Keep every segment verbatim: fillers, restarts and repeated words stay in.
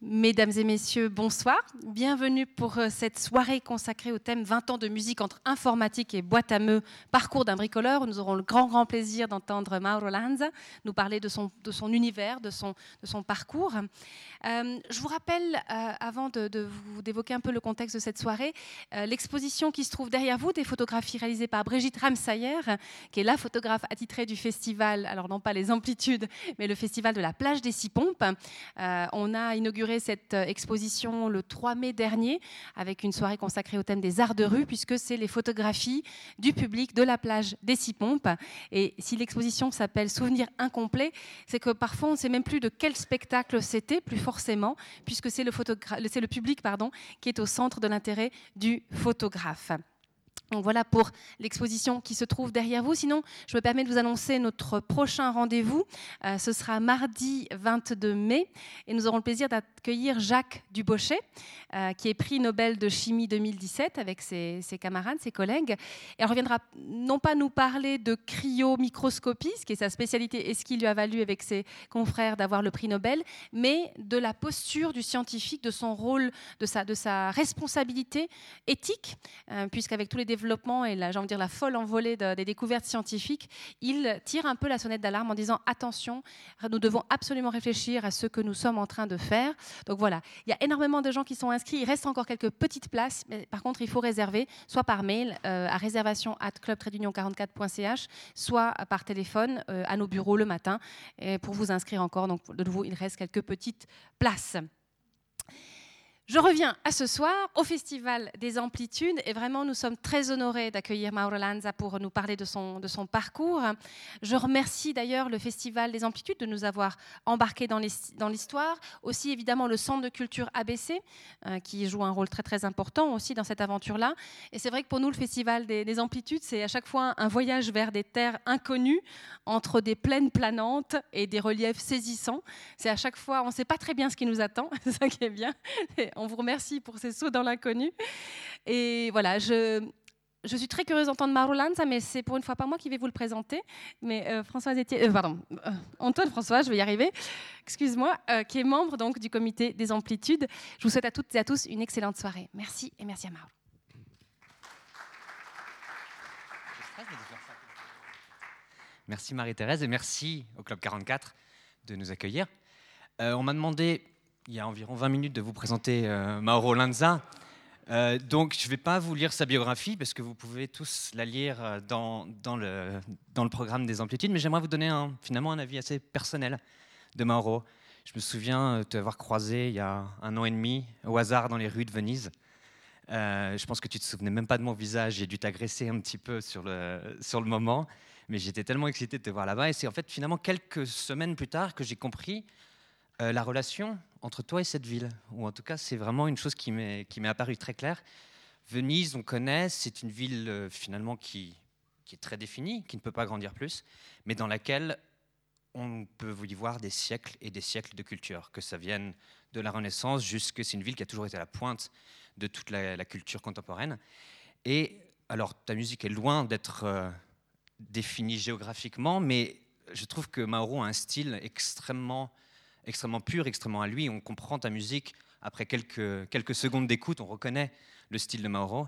Mesdames et messieurs, bonsoir. Bienvenue pour cette soirée consacrée au thème vingt ans de musique entre informatique et boîte à meux, parcours d'un bricoleur. Nous aurons le grand, grand plaisir d'entendre Mauro Lanza nous parler de son, de son univers, de son, de son parcours. Euh, je vous rappelle, euh, avant de, de vous d'évoquer un peu le contexte de cette soirée, euh, l'exposition qui se trouve derrière vous, des photographies réalisées par Brigitte Ramsayer, qui est la photographe attitrée du festival, alors non pas les Amplitudes, mais le festival de la plage des Six Pompes. Euh, on a inauguré cette exposition le trois mai dernier avec une soirée consacrée au thème des arts de rue, puisque c'est les photographies du public de la plage des Six Pompes. Et si l'exposition s'appelle Souvenirs incomplets, c'est que parfois on ne sait même plus de quel spectacle c'était, plus forcément, puisque c'est le, photogra- c'est le public pardon, qui est au centre de l'intérêt du photographe. Donc voilà pour l'exposition qui se trouve derrière vous. Sinon, je me permets de vous annoncer notre prochain rendez-vous. Euh, ce sera mardi vingt-deux mai et nous aurons le plaisir d'accueillir Jacques Dubochet, euh, qui est prix Nobel de chimie deux mille dix-sept avec ses, ses camarades, ses collègues. Et elle reviendra non pas nous parler de cryomicroscopie, ce qui est sa spécialité et ce qui lui a valu avec ses confrères d'avoir le prix Nobel, mais de la posture du scientifique, de son rôle, de sa, de sa responsabilité éthique, euh, puisqu'avec tous les développements et la, j'ai envie de dire, la folle envolée de, des découvertes scientifiques, il tire un peu la sonnette d'alarme en disant attention, nous devons absolument réfléchir à ce que nous sommes en train de faire. Donc voilà, il y a énormément de gens qui sont inscrits, il reste encore quelques petites places, mais par contre il faut réserver, soit par mail euh, à réservation arobase club tiret union quarante-quatre point c h, soit par téléphone euh, à nos bureaux le matin et pour vous inscrire encore. Donc de nouveau, il reste quelques petites places. Je reviens à ce soir au Festival des Amplitudes et vraiment nous sommes très honorés d'accueillir Mauro Lanza pour nous parler de son, de son parcours. Je remercie d'ailleurs le Festival des Amplitudes de nous avoir embarqués dans, les, dans l'histoire, aussi évidemment le Centre de culture A B C euh, qui joue un rôle très très important aussi dans cette aventure-là. Et c'est vrai que pour nous le Festival des, des Amplitudes c'est à chaque fois un voyage vers des terres inconnues entre des plaines planantes et des reliefs saisissants. C'est à chaque fois, on ne sait pas très bien ce qui nous attend, c'est ça qui est bien. On vous remercie pour ces sauts dans l'inconnu. Et voilà, je, je suis très curieuse d'entendre Mauro Lanza, mais c'est pour une fois pas moi qui vais vous le présenter. Mais euh, Françoise Etienne, euh, pardon, euh, Antoine François, je vais y arriver, excuse-moi, euh, qui est membre donc, du comité des Amplitudes. Je vous souhaite à toutes et à tous une excellente soirée. Merci et merci à Mauro. Merci Marie-Thérèse et merci au Club quarante-quatre de nous accueillir. Euh, on m'a demandé il y a environ vingt minutes de vous présenter euh, Mauro Lanza. Euh, donc je ne vais pas vous lire sa biographie parce que vous pouvez tous la lire dans, dans, le, dans le programme des Amplitudes, mais j'aimerais vous donner un, finalement un avis assez personnel de Mauro. Je me souviens t'avoir croisé il y a un an et demi au hasard dans les rues de Venise. Euh, je pense que tu ne te souvenais même pas de mon visage, j'ai dû t'agresser un petit peu sur le, sur le moment, mais j'étais tellement excité de te voir là-bas et c'est en fait finalement quelques semaines plus tard que j'ai compris Euh, la relation entre toi et cette ville, ou en tout cas c'est vraiment une chose qui m'est, qui m'est apparue très claire. Venise, on connaît, c'est une ville euh, finalement qui, qui est très définie, qui ne peut pas grandir plus, mais dans laquelle on peut y voir des siècles et des siècles de culture, que ça vienne de la Renaissance jusque, c'est une ville qui a toujours été à la pointe de toute la, la culture contemporaine. Et alors ta musique est loin d'être euh, définie géographiquement, mais je trouve que Mauro a un style extrêmement extrêmement pur, extrêmement à lui. On comprend ta musique après quelques, quelques secondes d'écoute, on reconnaît le style de Mauro.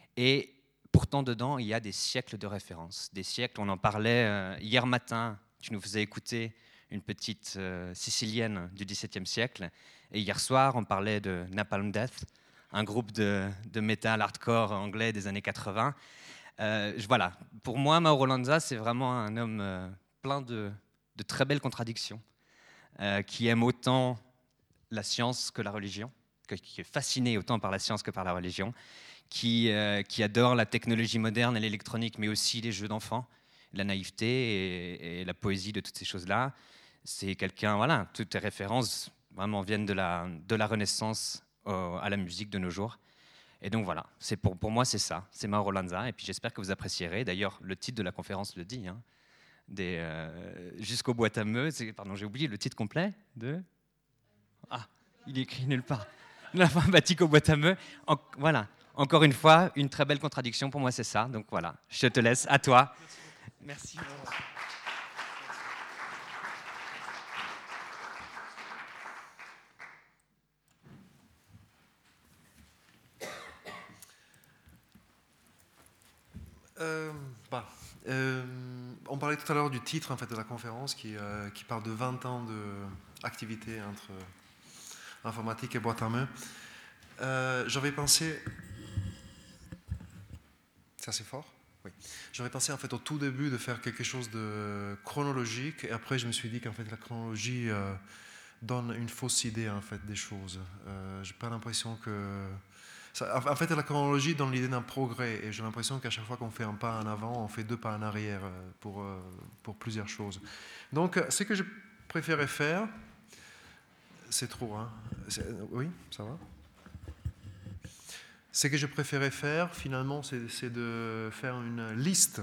Et pourtant, dedans, il y a des siècles de références. Des siècles, on en parlait euh, hier matin, tu nous faisais écouter une petite euh, sicilienne du dix-septième siècle. Et hier soir, on parlait de Napalm Death, un groupe de, de métal hardcore anglais des années quatre-vingts. Euh, voilà, pour moi, Mauro Lanza, c'est vraiment un homme euh, plein de, de très belles contradictions. Euh, qui aime autant la science que la religion, que, qui est fasciné autant par la science que par la religion, qui, euh, qui adore la technologie moderne et l'électronique, mais aussi les jeux d'enfants, la naïveté et, et la poésie de toutes ces choses-là. C'est quelqu'un, voilà, toutes tes références vraiment viennent de la, de la Renaissance au, à la musique de nos jours. Et donc voilà, c'est pour, pour moi c'est ça, c'est Mauro Lanza, et puis j'espère que vous apprécierez. D'ailleurs, le titre de la conférence le dit, hein. Des, euh, jusqu'aux boîtes à meux. Pardon, j'ai oublié le titre complet de. Ah, il est écrit nulle part. L'informatique aux boîtes à meux. En, voilà. Encore une fois, une très belle contradiction. Pour moi, c'est ça. Donc voilà, je te laisse. À toi. Merci. euh, bah, euh, On parlait tout à l'heure du titre en fait, de la conférence qui, euh, qui parle de vingt ans d'activité entre informatique et boîte à main. Euh, J'avais pensé... C'est assez fort? Oui. J'avais pensé en fait au tout début de faire quelque chose de chronologique et après je me suis dit qu'en fait la chronologie euh, donne une fausse idée en fait des choses. Euh, j'ai pas l'impression que ça, en fait la chronologie donne l'idée d'un progrès et j'ai l'impression qu'à chaque fois qu'on fait un pas en avant, on fait deux pas en arrière euh, pour euh, pour plusieurs choses. Donc ce que je préférais faire, c'est trop hein. Oui, ça va. Ce que je préférais faire, finalement, c'est de faire une liste,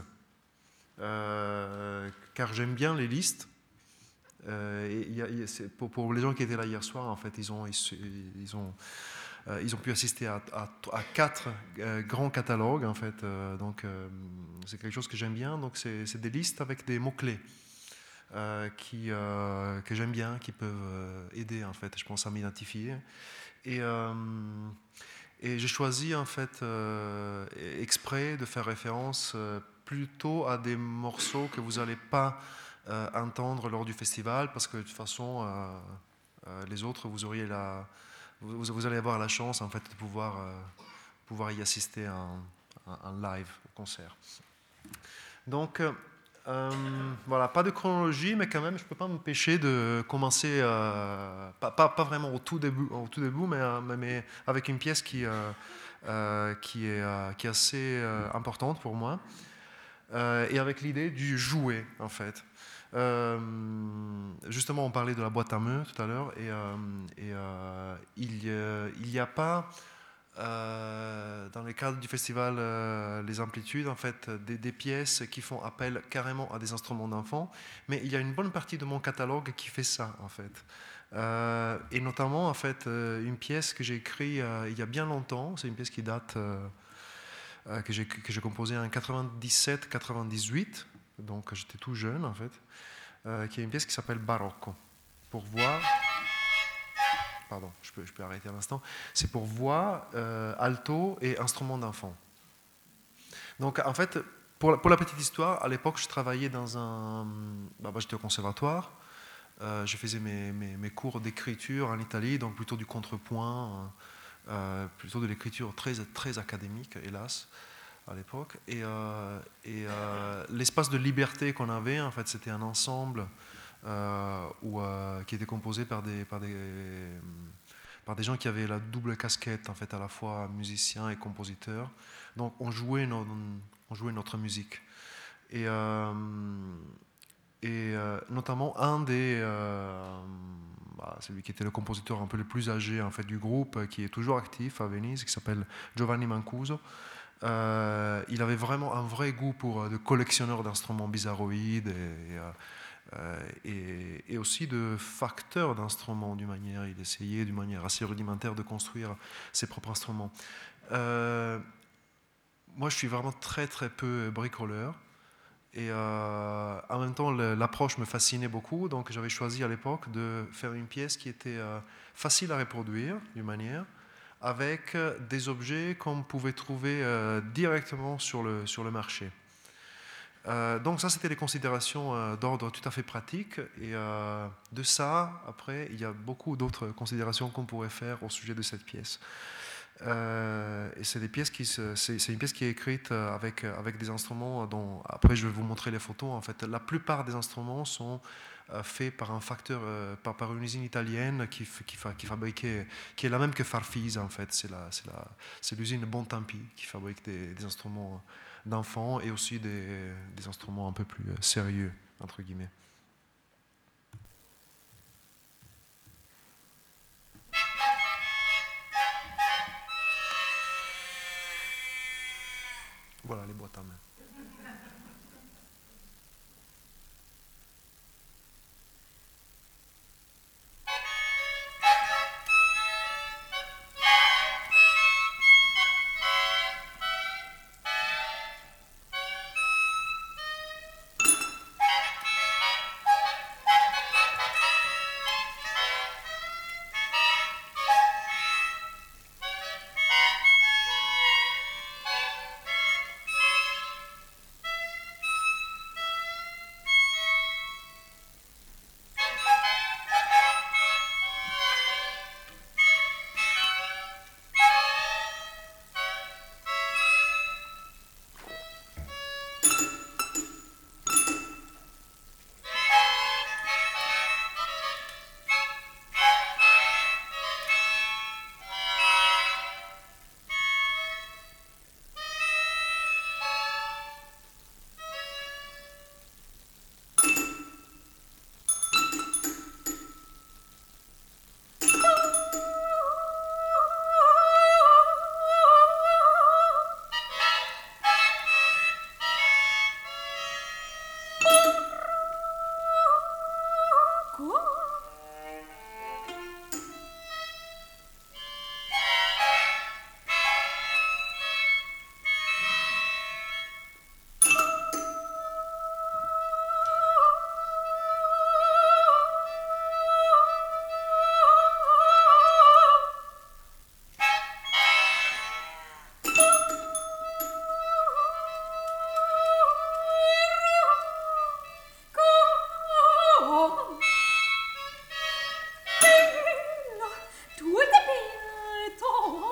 euh, car j'aime bien les listes. Euh, et y a, y a, pour, pour les gens qui étaient là hier soir, en fait, ils ont, ils, ils ont, euh, ils ont pu assister à, à, à quatre euh, grands catalogues, en fait. Euh, donc, euh, c'est quelque chose que j'aime bien. Donc, c'est des listes avec des mots-clés euh, qui, euh, que j'aime bien, qui peuvent aider, en fait, je pense, à m'identifier. Et... Euh, Et j'ai choisi en fait euh, exprès de faire référence euh, plutôt à des morceaux que vous n'allez pas euh, entendre lors du festival parce que de toute façon euh, euh, les autres vous auriez la, vous, vous allez avoir la chance en fait de pouvoir euh, pouvoir y assister en, en live au concert. Donc euh, voilà, pas de chronologie, mais quand même, je ne peux pas m'empêcher de commencer, euh, pas, pas, pas vraiment au tout début, au tout début mais, mais avec une pièce qui, euh, euh, qui, est, euh, qui est assez euh, importante pour moi, euh, et avec l'idée du jouer, en fait. Euh, justement, on parlait de la boîte à main tout à l'heure, et, euh, et euh, il n'y a pas... Euh, dans le cadre du festival euh, Les Amplitudes, en fait, des, des pièces qui font appel carrément à des instruments d'enfants, mais il y a une bonne partie de mon catalogue qui fait ça, en fait. Euh, et notamment, en fait, euh, une pièce que j'ai écrite euh, il y a bien longtemps, c'est une pièce qui date, euh, euh, que j'ai que j'ai composée en quatre-vingt-dix-sept quatre-vingt-dix-huit, donc j'étais tout jeune, en fait, euh, qui est une pièce qui s'appelle Barocco, pour voir... Pardon, je peux, je peux arrêter à l'instant. C'est pour voix, euh, alto et instruments d'enfant. Donc, en fait, pour la, pour la petite histoire, à l'époque, je travaillais dans un... Bah, bah, j'étais au conservatoire. Euh, je faisais mes, mes, mes cours d'écriture en Italie, donc plutôt du contrepoint, euh, plutôt de l'écriture très, très académique, hélas, à l'époque. Et, euh, et euh, l'espace de liberté qu'on avait, en fait, c'était un ensemble... Euh, où, euh, qui était composé par des, par, des, par des gens qui avaient la double casquette, en fait, à la fois musicien et compositeur. Donc on jouait, no, on jouait notre musique. Et, euh, et euh, notamment un des... Euh, bah, celui qui était le compositeur un peu le plus âgé en fait, du groupe, qui est toujours actif à Venise, qui s'appelle Giovanni Mancuso. Euh, il avait vraiment un vrai goût pour de collectionneur d'instruments bizarroïdes et, et euh, Euh, et, et aussi de facteurs d'instruments d'une manière. Il essayait d'une manière assez rudimentaire de construire ses propres instruments. Euh, moi, je suis vraiment très très peu bricoleur. Et euh, en même temps, l'approche me fascinait beaucoup. Donc, j'avais choisi à l'époque de faire une pièce qui était euh, facile à reproduire d'une manière, avec des objets qu'on pouvait trouver euh, directement sur le, sur le marché. Euh, donc ça, c'était les considérations euh, d'ordre tout à fait pratique. Et euh, de ça, après, il y a beaucoup d'autres considérations qu'on pourrait faire au sujet de cette pièce. Euh, et c'est des pièces qui, c'est une pièce qui est écrite avec avec des instruments dont après je vais vous montrer les photos. En fait, la plupart des instruments sont euh, faits par un facteur, euh, par, par une usine italienne qui qui, qui fabriquait, qui est la même que Farfisa. En fait, c'est la c'est la c'est l'usine Bontempi qui fabrique des, des instruments d'enfants et aussi des, des instruments un peu plus sérieux, entre guillemets. Voilà les boîtes à main. Tutte pinto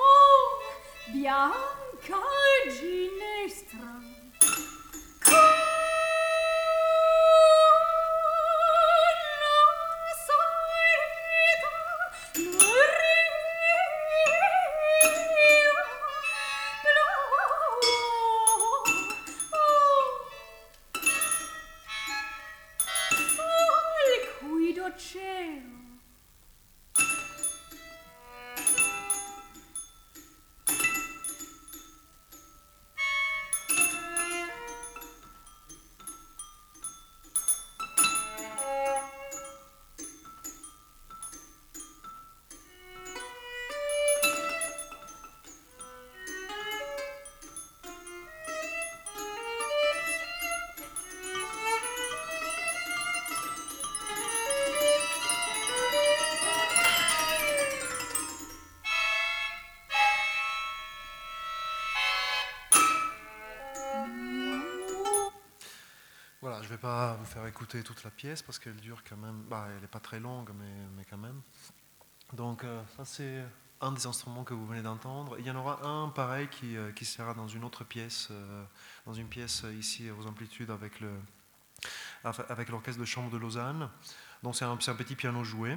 bianca ginestra. Voilà, je ne vais pas vous faire écouter toute la pièce parce qu'elle dure quand même, bah, elle n'est pas très longue, mais, mais quand même. Donc euh, ça c'est un des instruments que vous venez d'entendre. Il y en aura un pareil qui, euh, qui sera dans une autre pièce, euh, dans une pièce ici aux Amplitudes avec, le, avec l'orchestre de chambre de Lausanne. Donc c'est un, c'est un petit piano joué.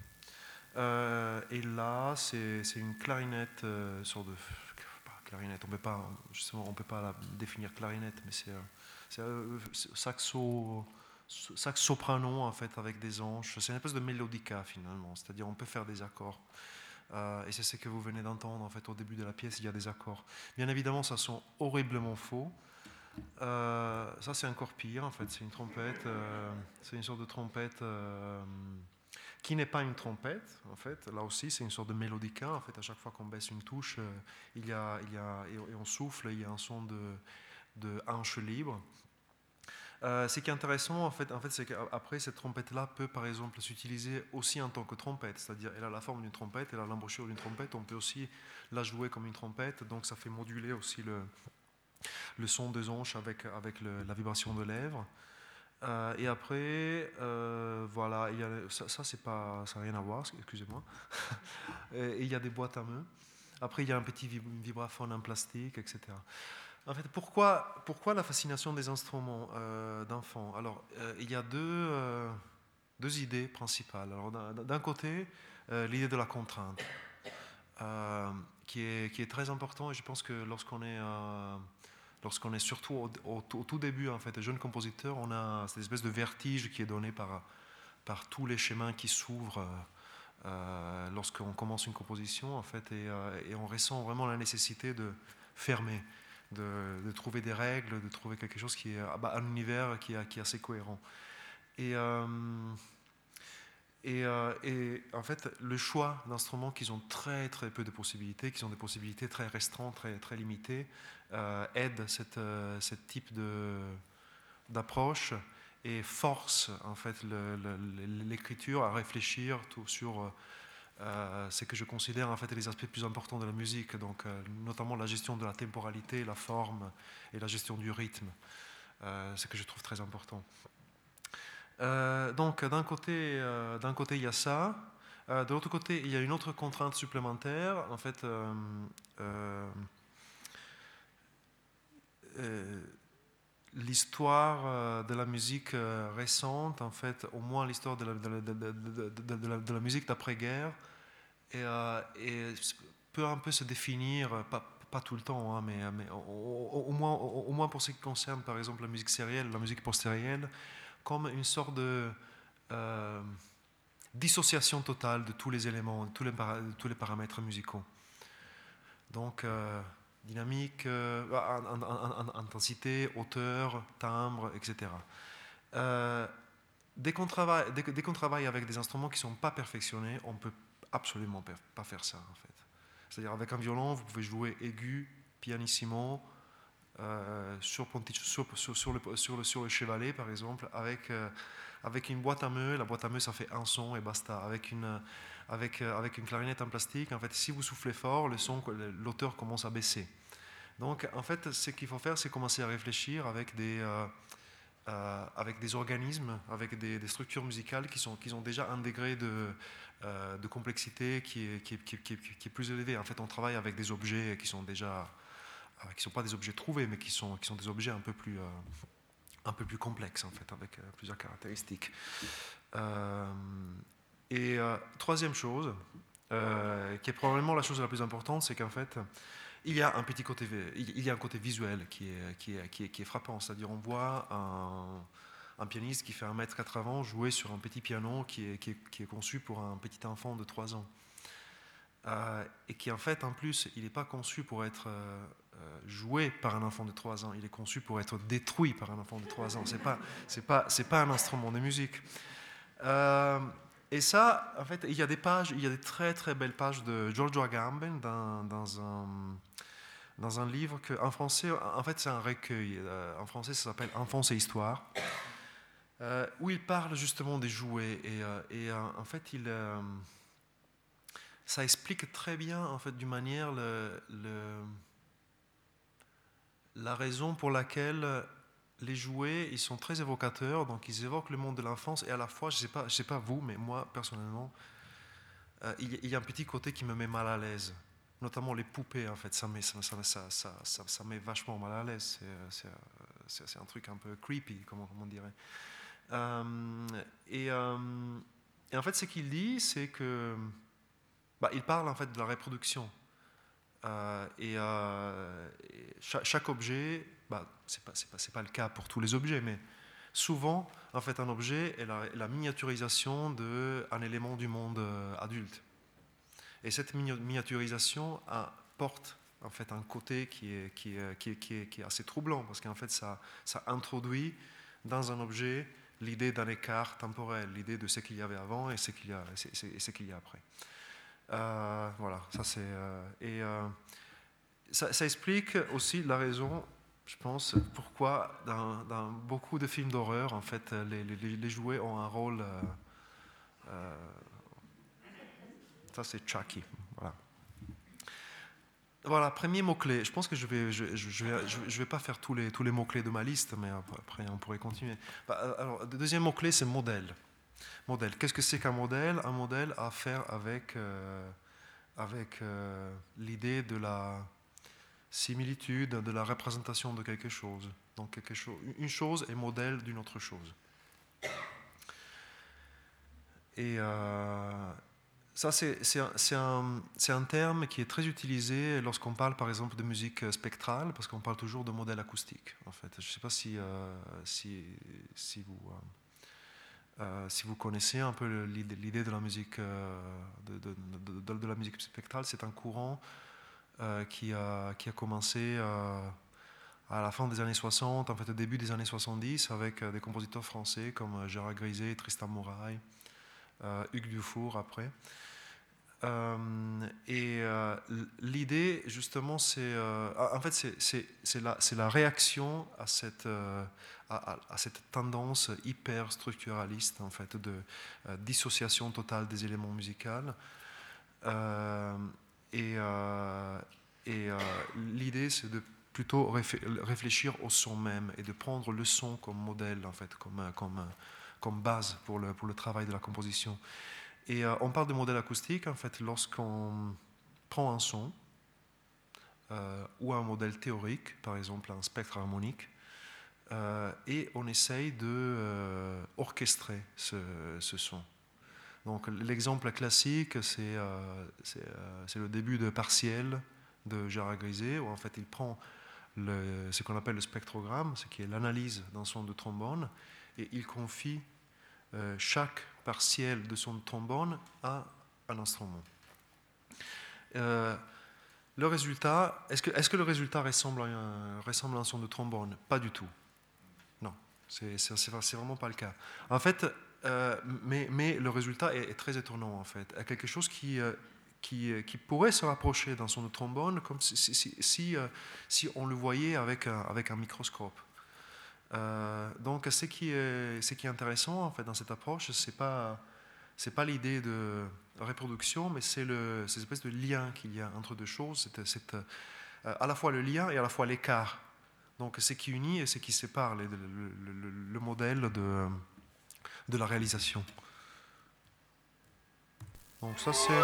Euh, et là c'est, c'est une clarinette, euh, sorte de clarinette. On peut pas, justement, on peut pas la définir clarinette, mais c'est, c'est un saxo, sax soprano en fait avec des anches. C'est une espèce de mélodica finalement, c'est-à-dire on peut faire des accords. Euh, et c'est ce que vous venez d'entendre en fait au début de la pièce. Il y a des accords. Bien évidemment, ça sonne horriblement faux. Euh, ça c'est encore pire en fait. C'est une trompette. Euh, c'est une sorte de trompette. Euh, qui n'est pas une trompette, en fait. Là aussi, c'est une sorte de mélodica. En fait, à chaque fois qu'on baisse une touche, euh, il y a, il y a, et on souffle, il y a un son de, de hanche libre. Euh, ce qui est intéressant, en fait, en fait c'est qu'après, cette trompette-là peut, par exemple, s'utiliser aussi en tant que trompette. C'est-à-dire, elle a la forme d'une trompette, elle a l'embouchure d'une trompette. On peut aussi la jouer comme une trompette. Donc, ça fait moduler aussi le, le son des hanches avec, avec le, la vibration de lèvres. Euh, et après, euh, voilà, il y a, ça, ça c'est pas, ça n'a rien à voir, excusez-moi. Et il y a des boîtes à main. Après, il y a un petit vibraphone en plastique, et cetera. En fait, pourquoi, pourquoi la fascination des instruments euh, d'enfants? Alors, euh, il y a deux, euh, deux idées principales. Alors, d'un, d'un côté, euh, l'idée de la contrainte, euh, qui est, qui est très important. Et je pense que lorsqu'on est euh, Lorsqu'on est surtout au, au, au tout début, en fait, jeune compositeur, on a cette espèce de vertige qui est donné par, par tous les chemins qui s'ouvrent euh, lorsqu'on commence une composition, en fait, et, euh, et on ressent vraiment la nécessité de fermer, de, de trouver des règles, de trouver quelque chose qui est bah, un univers qui est, qui est assez cohérent. Et, euh, et, euh, et en fait, le choix d'instruments qui ont très très peu de possibilités, qui ont des possibilités très restreintes, très, très limitées, euh, aide cette, euh, ce type de, d'approche et force en fait le, le, l'écriture à réfléchir tout sur euh, ce que je considère en fait les aspects plus importants de la musique, donc euh, notamment la gestion de la temporalité, la forme et la gestion du rythme, euh, ce que je trouve très important. Euh, donc d'un côté, euh, d'un côté il y a ça, euh, de l'autre côté il y a une autre contrainte supplémentaire en fait. Euh, euh, euh, l'histoire de la musique récente, en fait, au moins l'histoire de la, de la, de, de, de, de la, de la musique d'après-guerre, et, euh, et peut un peu se définir, pas, pas tout le temps, hein, mais, mais au, au, moins, au, au moins pour ce qui concerne par exemple la musique sérielle, la musique post-sérielle, comme une sorte de euh, dissociation totale de tous les éléments, de tous les, para, de tous les paramètres musicaux. Donc, euh, dynamique, euh, en, en, en, intensité, hauteur, timbre, et cetera. Euh, dès, qu'on travaille, dès, dès qu'on travaille avec des instruments qui ne sont pas perfectionnés, on ne peut absolument pas faire ça, en fait. C'est-à-dire, avec un violon, vous pouvez jouer aigu, pianissimo, euh, sur, sur, sur, sur, le, sur, le, sur le chevalet, par exemple, avec, euh, avec une boîte à meux. La boîte à meux, ça fait un son et basta. Avec une... Avec, avec une clarinette en plastique, en fait, si vous soufflez fort, le son, l'auteur commence à baisser. Donc, en fait, ce qu'il faut faire, c'est commencer à réfléchir avec des, euh, euh, avec des organismes, avec des, des structures musicales qui, sont, qui ont déjà un degré de, euh, de complexité qui est, qui, est, qui, est, qui, est, qui est plus élevé. En fait, on travaille avec des objets qui sont déjà, euh, qui ne sont pas des objets trouvés, mais qui sont, qui sont des objets un peu plus, euh, un peu plus complexes, en fait, avec euh, plusieurs caractéristiques. Euh, et euh, troisième chose, euh, qui est probablement la chose la plus importante, c'est qu'en fait, il y a un petit côté, il y a un côté visuel qui est, qui est, qui est, qui est frappant. C'est-à-dire, on voit un, un pianiste qui fait un mètre quatre-vingts jouer sur un petit piano qui est, qui est, qui est conçu pour un petit enfant de trois ans. Euh, et qui, en fait, en plus, il n'est pas conçu pour être euh, joué par un enfant de trois ans. Il est conçu pour être détruit par un enfant de trois ans. Ce n'est pas, c'est pas, c'est pas un instrument de musique. Euh, Et ça, en fait, il y a des pages, il y a des très très belles pages de Giorgio Agamben dans, dans, un, dans un livre que, en français, en fait, c'est un recueil. Euh, en français, ça s'appelle Enfance et Histoire, euh, où il parle justement des jouets. Et, euh, et euh, en fait, il, euh, ça explique très bien, en fait, d'une manière, le, le, la raison pour laquelle les jouets, ils sont très évocateurs, donc ils évoquent le monde de l'enfance, et à la fois, je ne sais pas, je sais pas vous, mais moi, personnellement, euh, il, il y a un petit côté qui me met mal à l'aise, notamment les poupées, en fait, ça met, ça, ça, ça, ça, ça, ça met vachement mal à l'aise, c'est, c'est, c'est un truc un peu creepy, comment on dirait. Euh, et, euh, et en fait, ce qu'il dit, c'est que, bah, il parle en fait de la reproduction. Euh, et, euh, et chaque, chaque objet, bah, c'est pas, c'est pas, c'est pas le cas pour tous les objets, mais souvent, en fait, un objet est la, la miniaturisation d'un élément du monde euh, adulte. Et cette miniaturisation apporte en fait un côté qui est, qui est, qui est, qui est, qui est assez troublant, parce qu'en fait, ça, ça introduit dans un objet l'idée d'un écart temporel, l'idée de ce qu'il y avait avant et ce qu'il y a, et ce qu'il y a après. Euh, voilà, ça c'est. Euh, et euh, ça, ça explique aussi la raison, je pense, pourquoi dans, dans beaucoup de films d'horreur, en fait, les, les, les jouets ont un rôle. Euh, euh, ça c'est Chucky, voilà. Voilà, premier mot-clé. Je pense que je vais, je, je, je vais, je vais pas faire tous les, tous les mots-clés de ma liste, mais après on pourrait continuer. Bah, alors, le deuxième mot-clé, c'est modèle. Modèle. Qu'est-ce que c'est qu'un modèle? Un modèle a à faire avec, euh, avec euh, l'idée de la similitude, de la représentation de quelque chose. Donc quelque chose, une chose est modèle d'une autre chose. Et euh, ça, c'est, c'est, un, c'est, un, c'est un terme qui est très utilisé lorsqu'on parle, par exemple, de musique spectrale, parce qu'on parle toujours de modèle acoustique, en fait. Je ne sais pas si, euh, si, si vous... Euh, Euh, si vous connaissez un peu l'idée, l'idée de la musique euh, de, de, de, de la musique spectrale, c'est un courant euh, qui, a, qui a commencé euh, à la fin des années soixante, en fait au début des années soixante-dix, avec euh, des compositeurs français comme Gérard Griset, Tristan Mouraille, euh, Hugues Dufour après. Euh, et euh, l'idée, justement, c'est, euh, en fait, c'est, c'est, c'est, la, c'est la réaction à cette, euh, à, à, à cette tendance hyper structuraliste, en fait, de euh, dissociation totale des éléments musicaux. Euh, et euh, et euh, l'idée, c'est de plutôt réfléchir au son même et de prendre le son comme modèle, en fait, comme, comme, comme base pour le, pour le travail de la composition. Et euh, on parle de modèle acoustique, en fait, lorsqu'on prend un son euh, ou un modèle théorique, par exemple un spectre harmonique, euh, et on essaye de euh, orchestrer ce, ce son. Donc l'exemple classique, c'est, euh, c'est, euh, c'est le début de Partiel de Gérard Griset, où en fait il prend le, ce qu'on appelle le spectrogramme, ce qui est l'analyse d'un son de trombone, et il confie euh, chaque partiel de son trombone à un instrument. Euh, le résultat, est-ce que, est-ce que le résultat ressemble à, un, ressemble à un son de trombone? Pas du tout. Non, c'est, c'est, c'est vraiment pas le cas. En fait, euh, mais, mais le résultat est, est très étonnant, en fait. Il y a quelque chose qui, euh, qui, qui pourrait se rapprocher d'un son de trombone, comme si, si, si, euh, si on le voyait avec un, avec un microscope. Euh, donc, ce qui est, ce qui est intéressant en fait dans cette approche, c'est pas, c'est pas l'idée de reproduction, mais c'est le, cette espèce de lien qu'il y a entre deux choses. C'est, c'est euh, à la fois le lien et à la fois l'écart Donc ce qui unit et ce qui sépare le, le, le, le modèle de, de la réalisation. Donc ça c'est...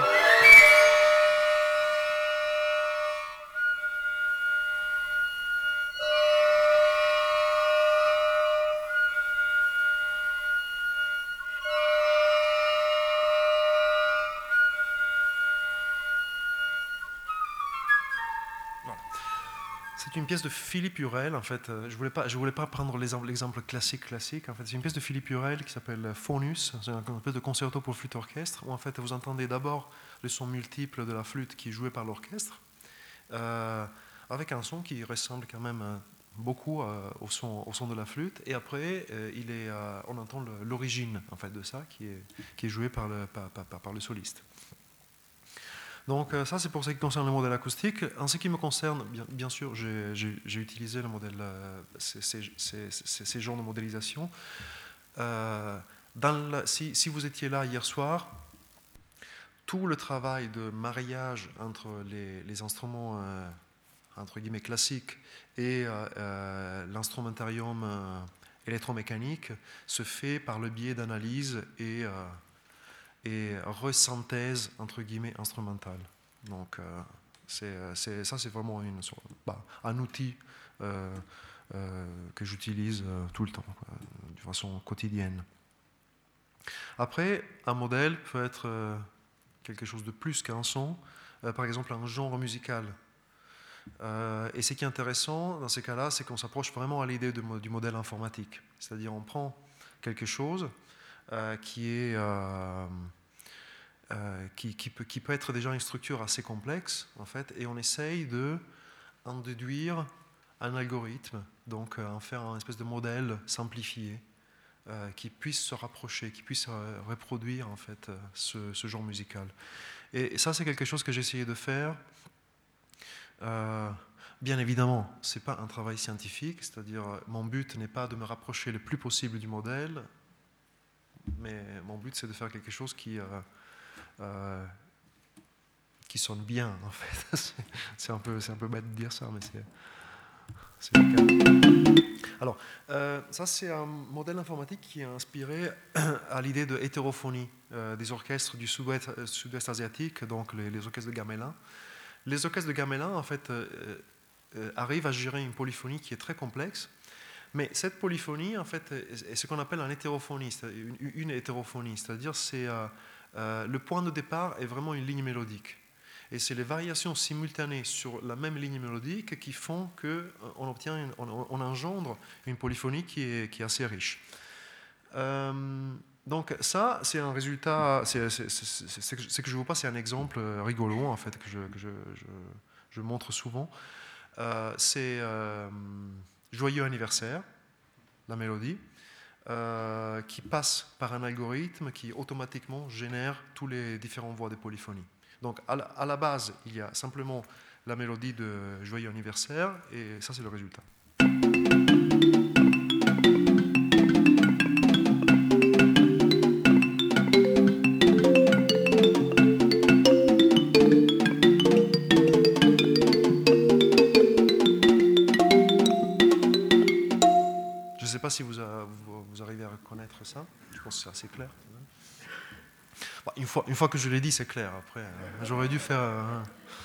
C'est une pièce de Philippe Hurel, en fait. Je ne voulais pas, je voulais pas prendre l'exemple classique, classique. En fait, c'est une pièce de Philippe Hurel qui s'appelle Faunus. C'est un espèce de concerto pour flûte orchestre, où en fait vous entendez d'abord le son multiple de la flûte qui est joué par l'orchestre, euh, avec un son qui ressemble quand même beaucoup euh, au, son, au son de la flûte. Et après, euh, il est, euh, on entend l'origine en fait de ça, qui est, qui est joué par le, par, par, par le soliste. Donc ça, c'est pour ce qui concerne le modèle acoustique. En ce qui me concerne, bien, bien sûr, j'ai utilisé le modèle, euh, ces, ces, ces, ces genres de modélisation. Euh, dans la, si, si vous étiez là hier soir, tout le travail de mariage entre les, les instruments euh, entre guillemets classiques et euh, euh, l'instrumentarium euh, électromécanique se fait par le biais d'analyse et euh, et resynthèse entre guillemets instrumentale. Donc euh, c'est, ça c'est vraiment une, bah, un outil euh, euh, que j'utilise euh, tout le temps, quoi, de façon quotidienne. Après, un modèle peut être euh, quelque chose de plus qu'un son, euh, par exemple un genre musical. Euh, et ce qui est intéressant dans ces cas-là, c'est qu'on s'approche vraiment à l'idée du modèle informatique. C'est-à-dire on prend quelque chose Euh, qui, est, euh, euh, qui, qui, peut, qui peut être déjà une structure assez complexe, en fait, et on essaye de en déduire un algorithme, donc euh, en faire un espèce de modèle simplifié euh, qui puisse se rapprocher, qui puisse euh, reproduire en fait euh, ce, ce genre musical. Et, et ça, c'est quelque chose que j'ai essayé de faire. Euh, Bien évidemment, ce n'est pas un travail scientifique, c'est-à-dire mon but n'est pas de me rapprocher le plus possible du modèle, mais mon but c'est de faire quelque chose qui, euh, euh, qui sonne bien en fait. C'est un peu, c'est un peu bête de dire ça, mais c'est, c'est le cas. Alors, euh, ça c'est un modèle informatique qui est inspiré à l'idée de hétérophonie euh, des orchestres du sud-ouest, sud-ouest asiatique, donc les, les orchestres de gamelan. Les orchestres de gamelan en fait euh, euh, arrivent à gérer une polyphonie qui est très complexe. Mais cette polyphonie, en fait, est ce qu'on appelle une hétérophonie, une, une hétérophonie, c'est-à-dire c'est euh, euh, le point de départ est vraiment une ligne mélodique, et c'est les variations simultanées sur la même ligne mélodique qui font que on obtient, une, on, on engendre une polyphonie qui est, qui est assez riche. Euh, donc ça, c'est un résultat. C'est, c'est, c'est, c'est, ce que je vous passe, c'est un exemple rigolo en fait que je, que je, je, je montre souvent. Euh, c'est euh, Joyeux anniversaire, la mélodie, euh, qui passe par un algorithme qui automatiquement génère tous les différentes voix de polyphonie. Donc à la, à la base, il y a simplement la mélodie de Joyeux anniversaire, et ça c'est le résultat. Je ne sais pas si vous, a, vous, vous arrivez à reconnaître ça. Je pense que c'est assez clair. Bon, une, fois, une fois que je l'ai dit, c'est clair. Après, euh, j'aurais dû faire... Euh,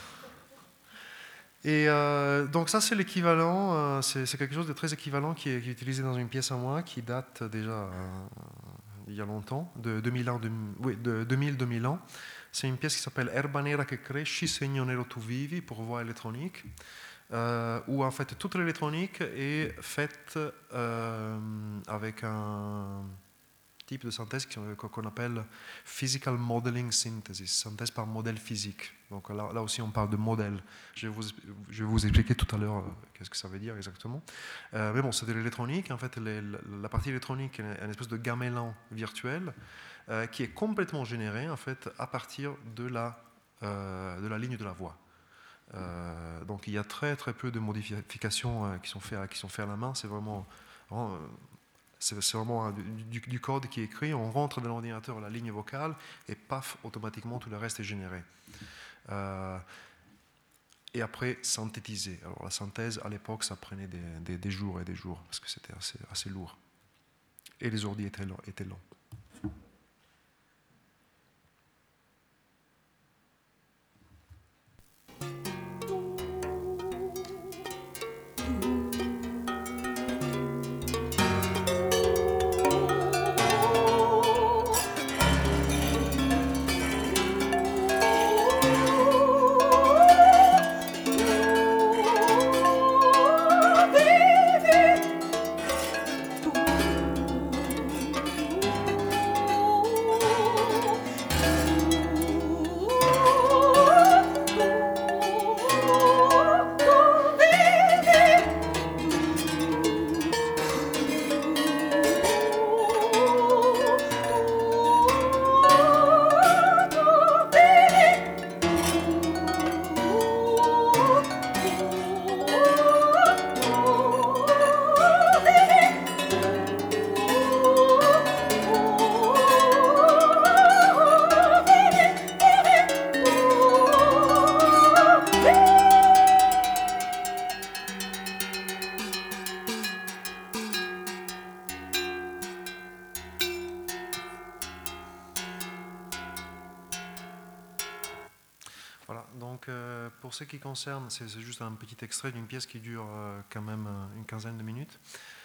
et euh, donc ça, c'est l'équivalent. Euh, c'est, c'est quelque chose de très équivalent qui est, qui est utilisé dans une pièce à moi qui date déjà euh, il y a longtemps, de deux mille ans, de, oui, de deux mille deux mille ans. C'est une pièce qui s'appelle Erba nera che cresci, segno nero tu vivi, pour voix électronique. Euh, où en fait toute l'électronique est faite euh, avec un type de synthèse qu'on appelle Physical Modeling Synthesis, synthèse par modèle physique. Donc là, là aussi on parle de modèle. Je vais vous, je vais vous expliquer tout à l'heure euh, qu'est-ce que ça veut dire exactement. Euh, mais bon, c'est de l'électronique. En fait, les, la partie électronique est une espèce de gamelan virtuel euh, qui est complètement généré en fait à partir de la, euh, de la ligne de la voix. Euh, donc il y a très très peu de modifications euh, qui sont faites qui sont faites à la main. C'est vraiment, vraiment euh, c'est, c'est vraiment du, du code qui est écrit. On rentre dans l'ordinateur la ligne vocale et paf, automatiquement tout le reste est généré. Euh, et après synthétiser. Alors la synthèse, à l'époque, ça prenait des, des, des jours et des jours, parce que c'était assez, assez lourd. Et les ordi étaient, étaient longs. Pour ce qui concerne, c'est juste un petit extrait d'une pièce qui dure euh, quand même une quinzaine de minutes.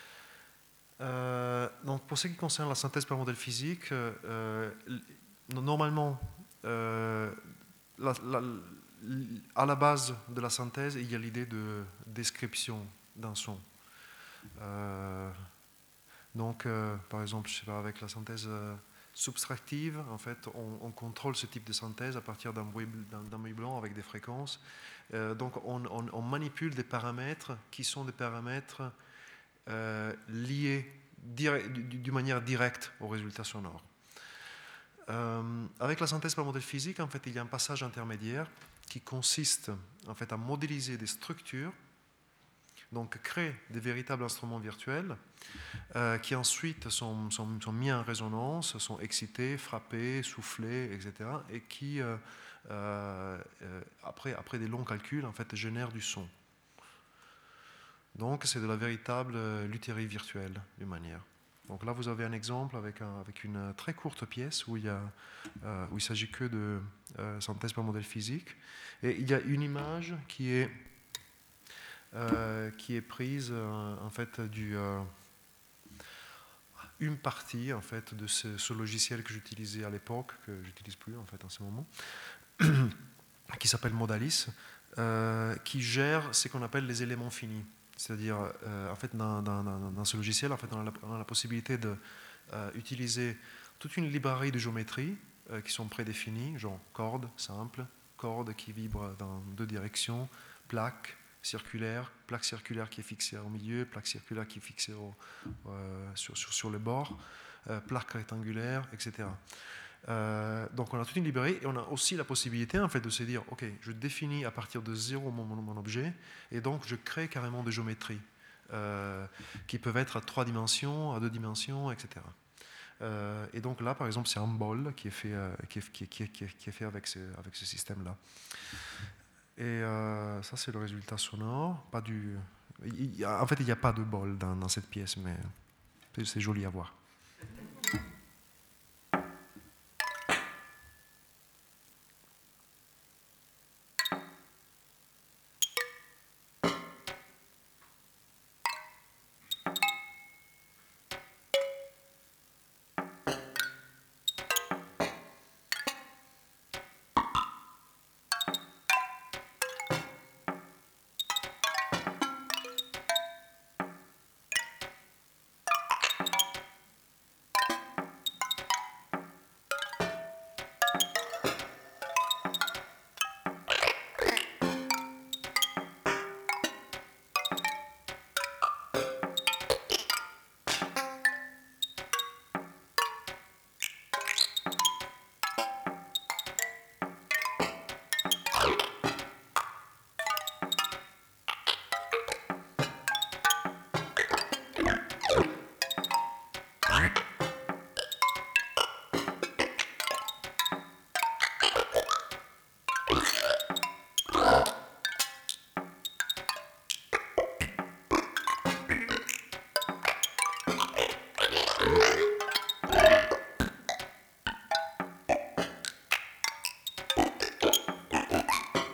Euh, donc pour ce qui concerne la synthèse par modèle physique, euh, normalement, euh, la, la, à la base de la synthèse, il y a l'idée de description d'un son. Euh, donc, euh, par exemple, je sais pas, avec la synthèse euh, subtractive, en fait, on, on contrôle ce type de synthèse à partir d'un bruit, d'un, d'un bruit blanc avec des fréquences. Euh, donc, on, on, on manipule des paramètres qui sont des paramètres euh, liés d'une manière directe au résultat sonore. Euh, avec la synthèse par modèle physique, en fait, il y a un passage intermédiaire qui consiste en fait, à modéliser des structures, donc créer des véritables instruments virtuels euh, qui ensuite sont, sont, sont mis en résonance, sont excités, frappés, soufflés, et cetera, et qui, euh, euh, après, après des longs calculs, en fait, génèrent du son. Donc, c'est de la véritable lutherie virtuelle, d'une manière. Donc là, vous avez un exemple avec, un, avec une très courte pièce où il, y a, euh, où il s'agit que de euh, synthèse par modèle physique. Et il y a une image qui est, euh, qui est prise, euh, en fait, du... Euh, une partie, en fait, de ce, ce logiciel que j'utilisais à l'époque, que j'utilise plus, en fait, en ce moment, qui s'appelle Modalis, euh, qui gère ce qu'on appelle les éléments finis. C'est-à-dire, euh, en fait, dans, dans, dans ce logiciel, en fait, on a la, on a la possibilité d'utiliser euh, toute une librairie de géométrie euh, qui sont prédéfinies, genre cordes simples, cordes qui vibrent dans deux directions, plaques circulaires, plaque circulaire qui est fixée au milieu, plaque circulaire qui est fixée au, euh, sur, sur, sur le bord, euh, plaque rectangulaire, et cetera. Euh, donc on a toute une librairie et on a aussi la possibilité en fait de se dire ok, je définis à partir de zéro mon, mon, mon objet et donc je crée carrément des géométries euh, qui peuvent être à trois dimensions, à deux dimensions, et cetera. Euh, et donc là par exemple c'est un bol qui est fait, euh, qui est, qui est, qui est, qui est, qui est fait avec ce, avec ce système là. Et euh, ça c'est le résultat sonore. Pas du, il y a, en fait il n'y a pas de bol dans, dans cette pièce, mais c'est, c'est joli à voir.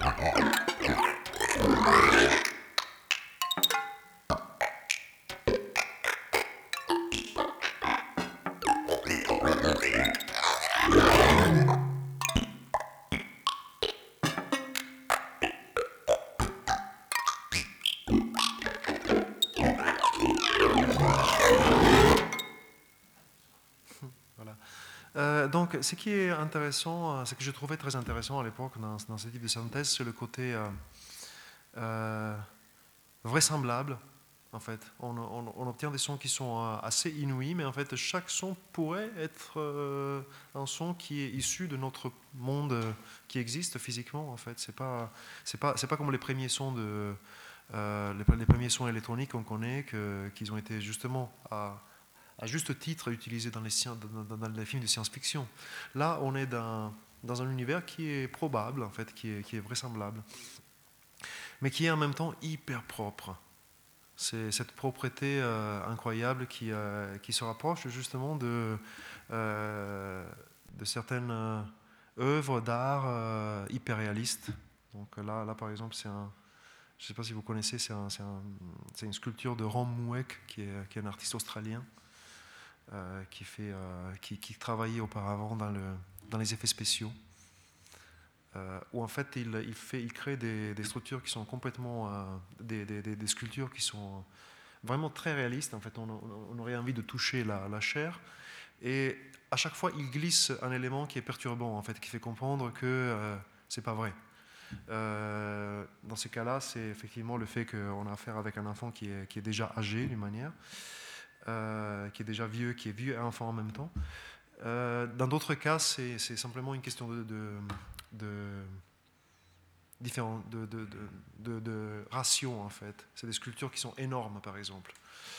Donc, ce qui est intéressant, ce que je trouvais très intéressant à l'époque dans, dans ce type de synthèse, c'est le côté euh, euh, vraisemblable. En fait, on, on, on obtient des sons qui sont euh, assez inouïs, mais en fait, chaque son pourrait être euh, un son qui est issu de notre monde euh, qui existe physiquement. En fait, c'est pas, c'est pas, c'est pas comme les premiers sons de, euh, les, les premiers sons électroniques qu'on connaît, que, qu'ils ont été justement à à juste titre utilisé dans les, dans, dans les films de science-fiction. Là, on est dans, dans un univers qui est probable, en fait, qui est, qui est vraisemblable, mais qui est en même temps hyper propre. C'est cette propreté euh, incroyable qui, euh, qui se rapproche justement de, euh, de certaines euh, œuvres d'art euh, hyper réalistes. Donc là, là, par exemple, c'est un... Je ne sais pas si vous connaissez, c'est, un, c'est, un, c'est une sculpture de Ron Mueck, qui est, qui est un artiste australien, Euh, qui, fait, euh, qui, qui travaillait auparavant dans, le, dans les effets spéciaux, euh, où en fait il, il, fait, il crée des, des structures qui sont complètement, euh, des, des, des sculptures qui sont vraiment très réalistes. En fait, on, on aurait envie de toucher la, la chair, et à chaque fois il glisse un élément qui est perturbant, en fait, qui fait comprendre que euh, c'est pas vrai. Euh, dans ces cas-là, c'est effectivement le fait qu'on a affaire avec un enfant qui est, qui est déjà âgé d'une manière. Euh, qui est déjà vieux, qui est vieux et enfant en même temps. Euh, dans d'autres cas, c'est, c'est simplement une question de, de, de, différent, de, de, de, de, de ratio, en fait. C'est des sculptures qui sont énormes, par exemple.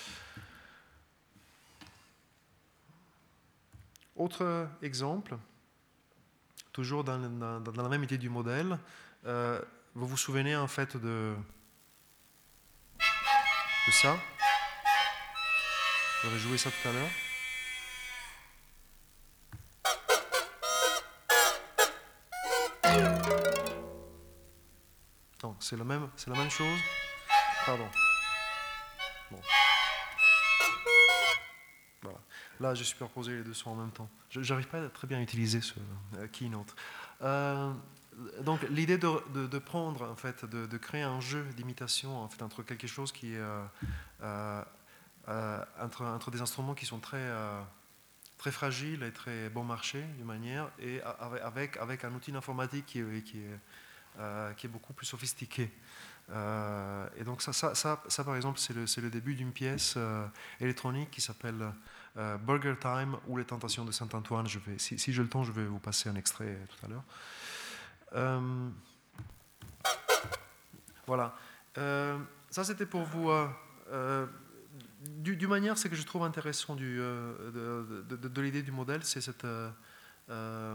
Autre exemple, toujours dans, dans, dans la même idée du modèle, euh, vous vous souvenez en fait de, de ça? J'aurais joué ça tout à l'heure. Non, c'est la même, c'est la même chose. Pardon. Bon. Voilà. Là, j'ai superposé les deux sons en même temps. Je n'arrive pas à très bien utiliser ce euh, keynote. Euh, donc, l'idée de, de, de prendre, en fait, de, de créer un jeu d'imitation, en fait, entre quelque chose qui est euh, euh, euh, entre, entre des instruments qui sont très euh, très fragiles et très bon marché d'une manière, et avec avec un outil informatique qui est, qui est Euh, qui est beaucoup plus sophistiqué. Euh, et donc ça, ça, ça, ça, par exemple, c'est le, c'est le début d'une pièce euh, électronique qui s'appelle euh, Burger Time ou Les Tentations de Saint-Antoine. Je vais, si, si j'ai le temps, je vais vous passer un extrait tout à l'heure. Euh, voilà. Euh, ça, c'était pour vous... Euh, euh, d'une manière, ce que je trouve intéressant du, euh, de, de, de, de l'idée du modèle, c'est cette... Euh, euh,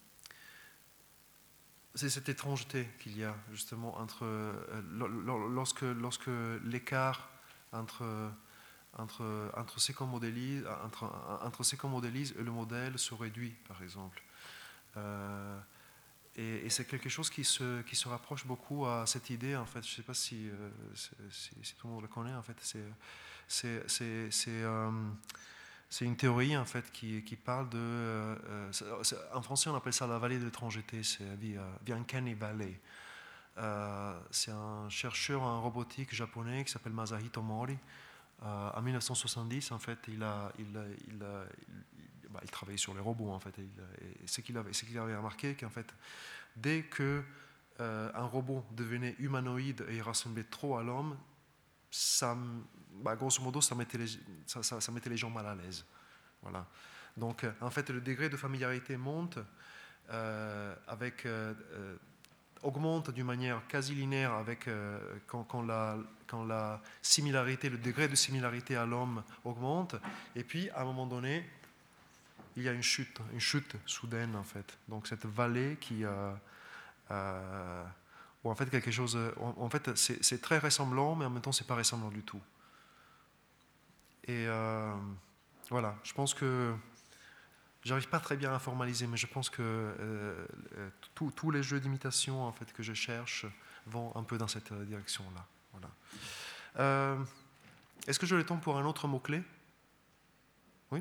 c'est cette étrangeté qu'il y a justement entre lorsque, lorsque l'écart entre, entre, entre ce qu'on modélise, entre, entre ce qu'on modélise et le modèle se réduit, par exemple. Euh, et, et c'est quelque chose qui se, qui se rapproche beaucoup à cette idée, en fait. Je ne sais pas si, si, si tout le monde le connaît, en fait. C'est, c'est, c'est, c'est euh, C'est une théorie en fait qui, qui parle de, euh, en français on appelle ça la vallée de l'étrangeté, c'est The Uncanny Valley. Euh, c'est un chercheur en robotique japonais qui s'appelle Masahito Mori. Euh, en mille neuf cent soixante-dix, en fait, il a, il, a, il, a, il, bah, il travaillait sur les robots en fait. Et, et ce qu'il avait, ce qu'il avait remarqué, qu'en fait, dès que euh, un robot devenait humanoïde et il ressemblait trop à l'homme, ça, bah, grosso modo, ça mettait, les, ça, ça, ça mettait les gens mal à l'aise. Voilà. Donc, en fait, le degré de familiarité monte, euh, avec, euh, euh, augmente d'une manière quasi linéaire avec, euh, quand, quand, la, quand la similarité, le degré de similarité à l'homme augmente. Et puis, à un moment donné, il y a une chute, une chute soudaine, en fait. Donc, cette vallée qui... Euh, euh, où en fait quelque chose, en fait c'est, c'est très ressemblant, mais en même temps c'est pas ressemblant du tout. Et euh, voilà, je pense que j'arrive pas très bien à formaliser, mais je pense que euh, tous les jeux d'imitation en fait, que je cherche vont un peu dans cette direction-là. Voilà. Euh, Est-ce que j'ai le temps pour un autre mot-clé? Oui.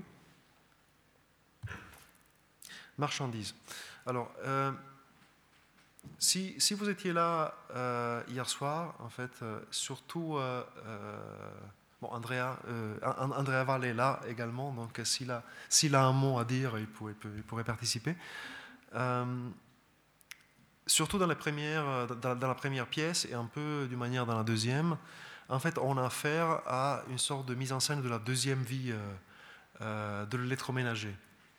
Marchandise. Alors, euh, si, si vous étiez là euh, hier soir, en fait, euh, surtout, euh, euh, bon, Andrea, euh, Andrea Val est là également, donc s'il a, s'il a un mot à dire, il pourrait, il pourrait participer. Euh, surtout dans la, première, dans, dans la première pièce et un peu d'une manière dans la deuxième, en fait, on a affaire à une sorte de mise en scène de la deuxième vie euh, euh, de l'électroménager.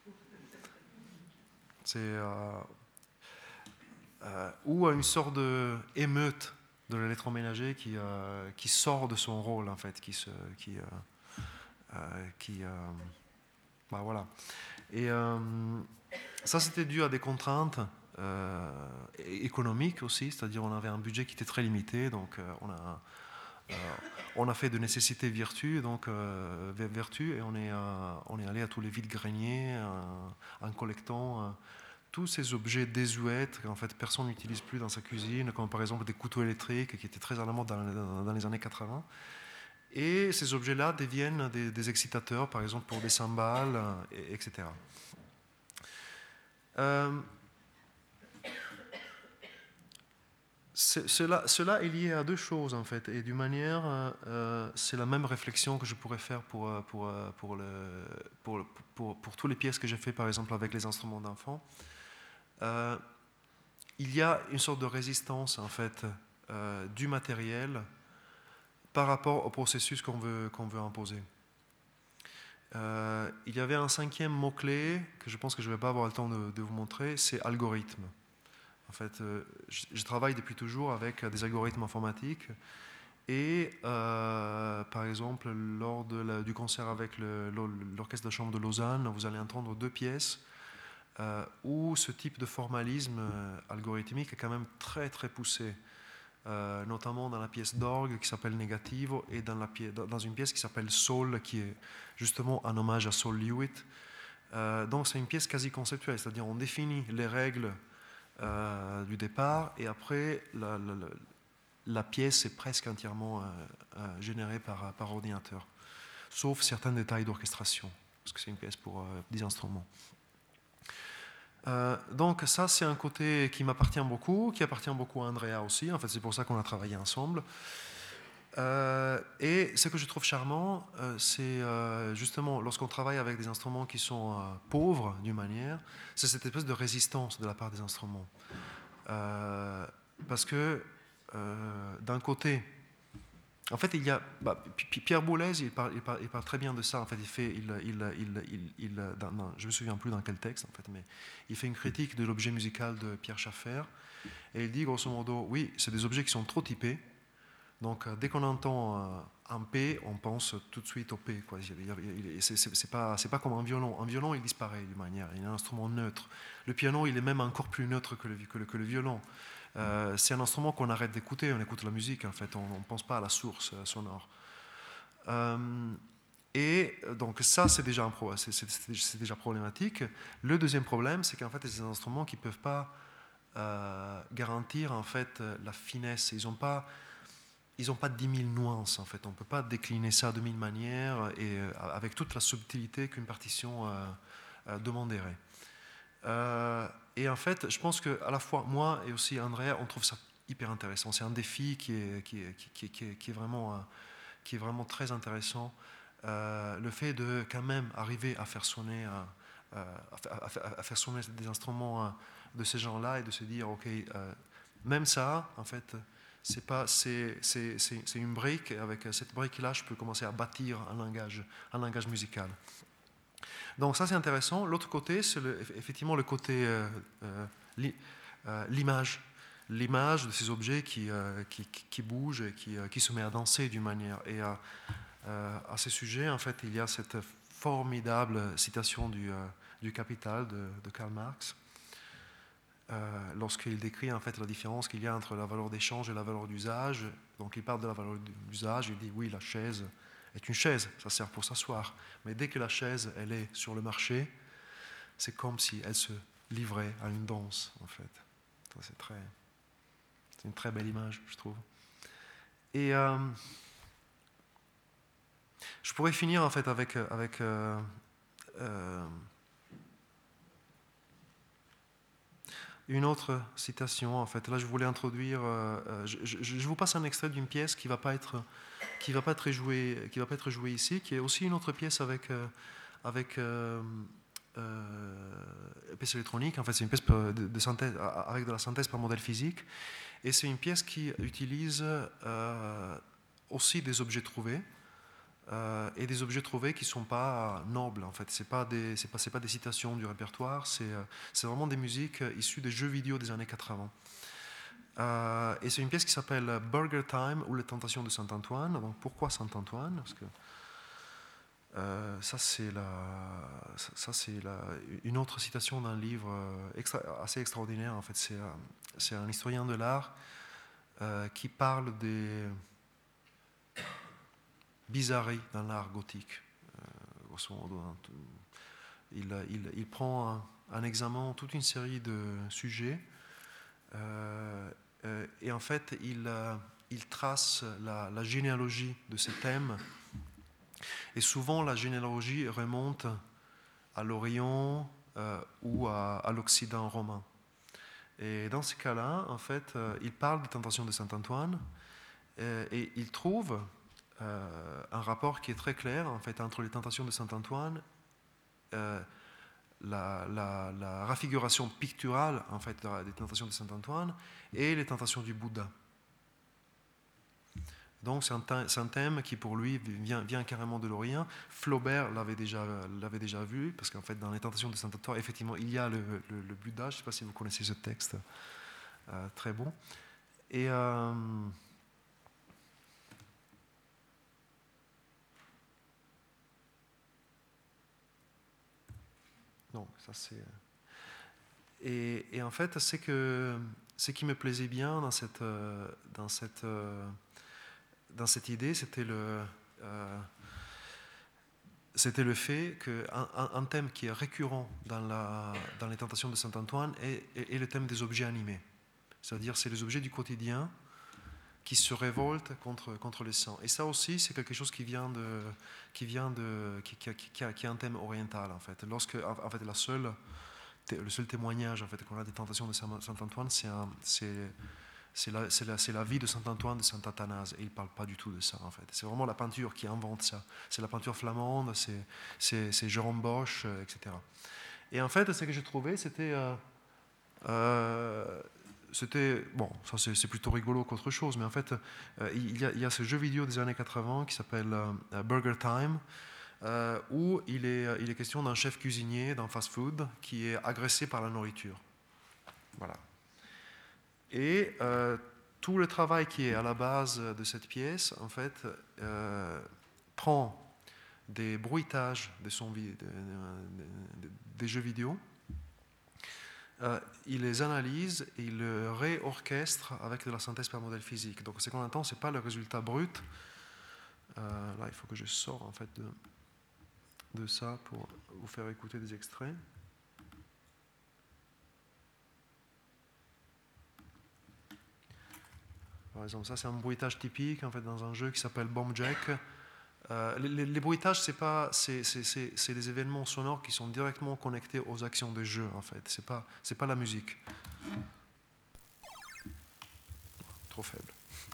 C'est... Euh, Euh, ou à une sorte d'émeute de l'électroménager qui, euh, qui sort de son rôle, en fait, qui se, qui, euh, euh, qui euh, bah, voilà. Et euh, ça, c'était dû à des contraintes euh, économiques aussi, c'est-à-dire on avait un budget qui était très limité, donc euh, on a euh, on a fait de nécessité vertu, donc euh, vertu, et on est, euh, on est allé à tous les vides-greniers euh, en collectant euh, tous ces objets désuets qu'en fait personne n'utilise plus dans sa cuisine, comme par exemple des couteaux électriques qui étaient très à la mode dans, dans les années quatre-vingts. Et ces objets-là deviennent des, des excitateurs, par exemple pour des cymbales, et, etc. Euh, cela, cela est lié à deux choses en fait, et d'une manière, euh, c'est la même réflexion que je pourrais faire pour, pour, pour, le, pour, pour, pour toutes les pièces que j'ai fait par exemple avec les instruments d'enfants. Euh, il y a une sorte de résistance en fait euh, du matériel par rapport au processus qu'on veut, qu'on veut imposer. Euh, il y avait un cinquième mot-clé que je pense que je ne vais pas avoir le temps de, de vous montrer, c'est algorithme. En fait, euh, je, je travaille depuis toujours avec des algorithmes informatiques et euh, par exemple lors de la, du concert avec le, l'orchestre de chambre de Lausanne, vous allez entendre deux pièces Euh, où ce type de formalisme euh, algorithmique est quand même très très poussé, euh, notamment dans la pièce d'orgue qui s'appelle Negativo et dans, la pièce, dans une pièce qui s'appelle Soul, qui est justement un hommage à Sol Lewitt. Euh, donc c'est une pièce quasi conceptuelle, c'est-à-dire on définit les règles euh, du départ et après la, la, la, la pièce est presque entièrement euh, euh, générée par, par ordinateur, sauf certains détails d'orchestration, parce que c'est une pièce pour euh, dix instruments. Euh, donc ça, c'est un côté qui m'appartient beaucoup, qui appartient beaucoup à Andrea aussi. En fait, c'est pour ça qu'on a travaillé ensemble. Euh, et ce que je trouve charmant, euh, c'est euh, justement lorsqu'on travaille avec des instruments qui sont euh, pauvres d'une manière, c'est cette espèce de résistance de la part des instruments. Euh, parce que euh, d'un côté, en fait, il y a bah, Pierre Boulez, il parle, il, parle, il parle très bien de ça. En fait, il fait, il, il, il, il, il dans, dans, je me souviens plus dans quel texte, en fait, mais il fait une critique de l'objet musical de Pierre Schaeffer, et il dit grosso modo, oui, c'est des objets qui sont trop typés. Donc, euh, dès qu'on entend euh, un P, on pense tout de suite au P. Quoi. C'est, c'est, c'est pas, c'est pas comme un violon. Un violon, il disparaît d'une manière. Il est un instrument neutre. Le piano, il est même encore plus neutre que le, que le, que le violon. Euh, c'est un instrument qu'on arrête d'écouter, on écoute la musique en fait, on ne pense pas à la source sonore. Euh, et donc ça c'est déjà, un pro, c'est, c'est, c'est déjà problématique. Le deuxième problème, c'est qu'en fait c'est des instruments qui ne peuvent pas euh, garantir en fait la finesse. Ils n'ont pas, ils ont pas dix mille nuances en fait. On ne peut pas décliner ça de mille manières et euh, avec toute la subtilité qu'une partition euh, euh, demanderait. Euh, et en fait, je pense qu'à la fois moi et aussi Andrea, on trouve ça hyper intéressant. C'est un défi qui est, qui est, qui, qui est, qui est, vraiment, euh, qui est vraiment très intéressant. Euh, le fait de quand même arriver à faire sonner, euh, à, à, à faire sonner des instruments euh, de ces gens-là et de se dire, ok, euh, même ça, en fait, c'est pas, c'est, c'est, c'est, c'est une brique. Et avec cette brique-là, je peux commencer à bâtir un langage, un langage musical. Donc ça c'est intéressant. L'autre côté, c'est le, effectivement le côté euh, euh, li, euh, l'image, l'image de ces objets qui, euh, qui, qui bougent et qui, euh, qui se met à danser d'une manière. Et à, euh, à ce sujet, en fait, il y a cette formidable citation du, euh, du Capital de, de Karl Marx, euh, lorsqu'il décrit en fait la différence qu'il y a entre la valeur d'échange et la valeur d'usage. Donc il parle de la valeur d'usage, il dit oui, la chaise est une chaise, ça sert pour s'asseoir. Mais dès que la chaise elle est sur le marché, c'est comme si elle se livrait à une danse, en fait. Ça, c'est très, c'est une très belle image, je trouve. Et euh, je pourrais finir en fait avec, avec euh, euh, une autre citation. En fait, là, je voulais introduire. Euh, je, je, je vous passe un extrait d'une pièce qui va pas être, qui va pas être jouée, qui va pas être jouée ici, qui est aussi une autre pièce avec, euh, avec euh, euh, pièce électronique. En fait, c'est une pièce de, de synthèse avec de la synthèse par modèle physique. Et c'est une pièce qui utilise euh, aussi des objets trouvés euh, et des objets trouvés qui ne sont pas nobles. En fait, ce n'est pas, pas, pas des citations du répertoire, c'est euh, vraiment des musiques issues des jeux vidéo des années quatre-vingts. Euh, et c'est une pièce qui s'appelle Burger Time ou Les Tentations de Saint-Antoine. Donc pourquoi Saint-Antoine? Parce que euh, ça, c'est ça, une autre citation d'un livre extra, assez extraordinaire. En fait, c'est C'est un historien de l'art euh, qui parle des bizarreries dans l'art gothique. Euh, il, il, il prend un, un examen, toute une série de sujets, euh, euh, et en fait, il, euh, il trace la, la généalogie de ces thèmes. Et souvent, la généalogie remonte à l'Orient euh, ou à, à l'Occident romain. Et dans ce cas-là, en fait, euh, il parle des tentations de Saint-Antoine euh, et il trouve euh, un rapport qui est très clair en fait, entre les tentations de Saint-Antoine, euh, la, la, la raffiguration picturale en fait, des tentations de Saint-Antoine et les tentations du Bouddha. Donc c'est un, un thème qui pour lui vient, vient carrément de l'Orient. Flaubert l'avait déjà, l'avait déjà vu, parce qu'en fait dans les tentations de Saint-Antoine, effectivement, il y a le, le, le Bouddha. Je ne sais pas si vous connaissez ce texte, euh, très bon. Et euh, non, ça c'est. Et, et en fait, c'est que ce qui me plaisait bien dans cette, dans cette Dans cette idée, c'était le, euh, c'était le fait qu'un un, un thème qui est récurrent dans, la, dans les tentations de Saint-Antoine est, est, est le thème des objets animés. C'est-à-dire, c'est les objets du quotidien qui se révoltent contre, contre les saints. Et ça aussi, c'est quelque chose qui vient de, qui vient de, qui, qui, qui, a, qui a un thème oriental en fait. Lorsque, en fait, la seule, le seul témoignage en fait qu'on a des tentations de Saint-Antoine, c'est c'est C'est la, la, la vie de Saint-Antoine, de Saint-Athanase, et il ne parle pas du tout de ça, en fait. C'est vraiment la peinture qui invente ça. C'est la peinture flamande, c'est Jérôme Bosch, euh, et cetera. Et en fait, ce que j'ai trouvé, c'était... Euh, euh, c'était bon, ça c'est plutôt rigolo qu'autre chose, mais en fait, euh, il, y a, il y a ce jeu vidéo des années quatre-vingts qui s'appelle euh, Burger Time, euh, où il est, il est question d'un chef cuisinier, d'un fast-food, qui est agressé par la nourriture. Voilà. Et euh, tout le travail qui est à la base de cette pièce, en fait, euh, prend des bruitages de son, de, de, de, des jeux vidéo, euh, il les analyse et il le réorchestre avec de la synthèse par modèle physique. Donc ce qu'on entend, ce n'est pas le résultat brut. Euh, là, il faut que je sorte en fait, de, de ça pour vous faire écouter des extraits. Par exemple, ça c'est un bruitage typique en fait, dans un jeu qui s'appelle Bomb Jack. Euh, les, les bruitages, c'est pas, c'est, c'est, c'est, c'est des événements sonores qui sont directement connectés aux actions des jeux en fait. C'est pas, c'est pas la musique. Trop faible.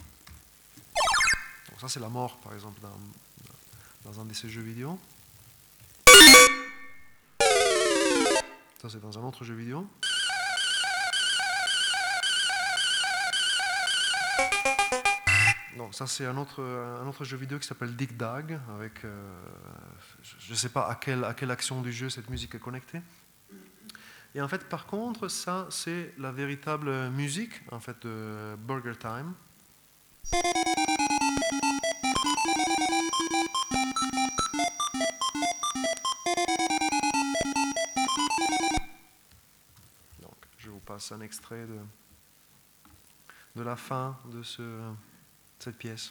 Donc ça c'est la mort par exemple dans, dans un de ces jeux vidéo. Ça c'est dans un autre jeu vidéo. Donc ça c'est un autre, un autre jeu vidéo qui s'appelle Dig Dag, avec, euh, je ne sais pas à quelle, à quelle action du jeu cette musique est connectée. Et en fait, par contre, ça c'est la véritable musique en fait, de Burger Time. Donc je vous passe un extrait de, de la fin de ce... cette pièce.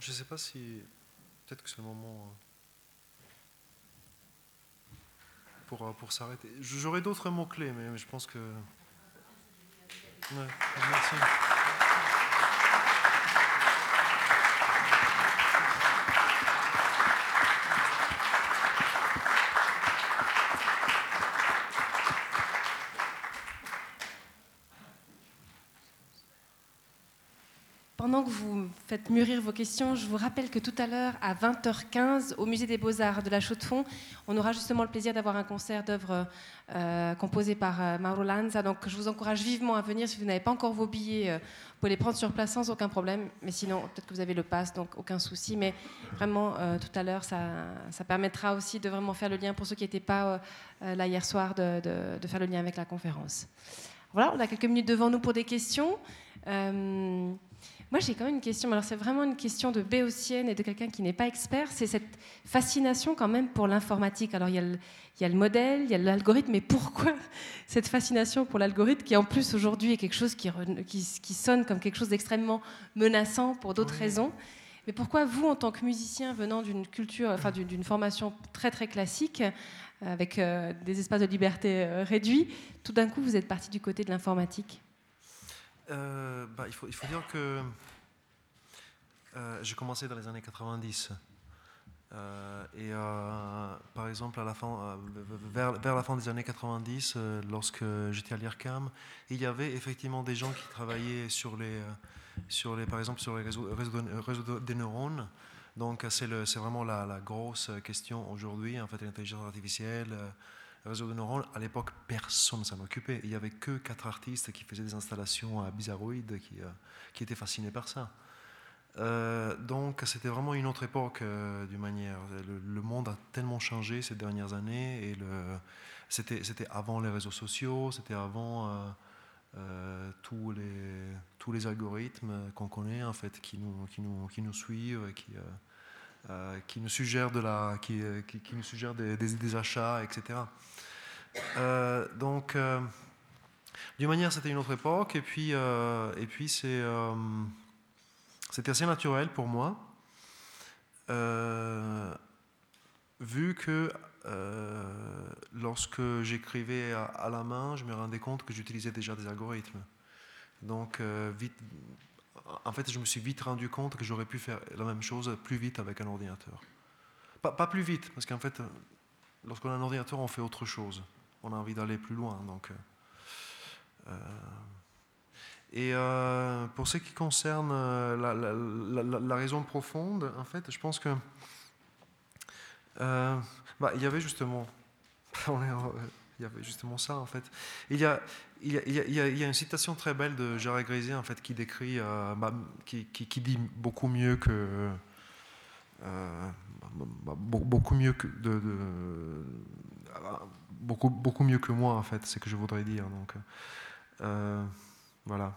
je ne sais pas si... Peut-être que c'est le moment pour, pour s'arrêter. J'aurais d'autres mots-clés, mais je pense que... Ouais, merci. Pendant que vous faites mûrir vos questions, je vous rappelle que tout à l'heure, à vingt heures quinze, au Musée des Beaux-Arts de la Chaux-de-Fonds, on aura justement le plaisir d'avoir un concert d'œuvres euh, composées par euh, Mauro Lanza. Donc je vous encourage vivement à venir. Si vous n'avez pas encore vos billets, euh, vous pouvez les prendre sur place sans aucun problème. Mais sinon, peut-être que vous avez le pass, donc aucun souci. Mais vraiment, euh, tout à l'heure, ça, ça permettra aussi de vraiment faire le lien, pour ceux qui n'étaient pas euh, là hier soir, de, de, de faire le lien avec la conférence. Voilà, on a quelques minutes devant nous pour des questions. Euh, Moi, j'ai quand même une question, mais alors c'est vraiment une question de béotienne et de quelqu'un qui n'est pas expert, c'est cette fascination quand même pour l'informatique. Alors, il y a le, il y a le modèle, il y a l'algorithme, mais pourquoi cette fascination pour l'algorithme qui, en plus, aujourd'hui, est quelque chose qui, qui, qui sonne comme quelque chose d'extrêmement menaçant pour d'autres oui. raisons. Mais pourquoi vous, en tant que musicien, venant d'une culture, enfin d'une, d'une formation très, très classique, avec euh, des espaces de liberté euh, réduits, tout d'un coup, vous êtes parti du côté de l'informatique ? Euh, bah, il, faut, il faut dire que euh, j'ai commencé dans les années quatre-vingt-dix. Euh, et euh, par exemple, à la fin, euh, vers, vers la fin des années quatre-vingt-dix, euh, lorsque j'étais à l'I R C A M, il y avait effectivement des gens qui travaillaient sur les, sur les, par exemple, sur les réseaux, réseaux, réseaux des neurones. Donc, c'est, le, c'est vraiment la, la grosse question aujourd'hui, en fait, l'intelligence artificielle. Euh, réseau de neurones, à l'époque, personne ne s'en occupait. Il n'y avait que quatre artistes qui faisaient des installations à bizarroïdes qui, euh, qui étaient fascinés par ça. Euh, donc, c'était vraiment une autre époque, euh, d'une manière. Le, le monde a tellement changé ces dernières années. Et le, c'était, c'était avant les réseaux sociaux, c'était avant euh, euh, tous, les, tous les algorithmes qu'on connaît, en fait, qui nous, qui nous, qui nous suivent, qui... Euh, Euh, qui nous suggère de la, qui, qui, qui nous suggère des, des, des achats, et cetera. Euh, donc, euh, d'une manière, c'était une autre époque, et puis, euh, et puis c'est, euh, c'était assez naturel pour moi, euh, vu que euh, lorsque j'écrivais à, à la main, je me rendais compte que j'utilisais déjà des algorithmes. Donc, euh, vite. En fait, je me suis vite rendu compte que j'aurais pu faire la même chose plus vite avec un ordinateur. Pas, pas plus vite, parce qu'en fait, lorsqu'on a un ordinateur, on fait autre chose. On a envie d'aller plus loin. Donc, euh, et euh, pour ce qui concerne la, la, la, la raison profonde, en fait, je pense que euh, bah, il y avait justement, on est, il y avait justement ça en fait. Il y a Il y, a, il, y a, il y a une citation très belle de Gérard Grézé en fait, qui décrit, euh, bah, qui, qui, qui dit beaucoup mieux que euh, bah, beaucoup mieux que de, de, beaucoup beaucoup mieux que moi en fait, c'est ce que je voudrais dire. Donc euh, voilà.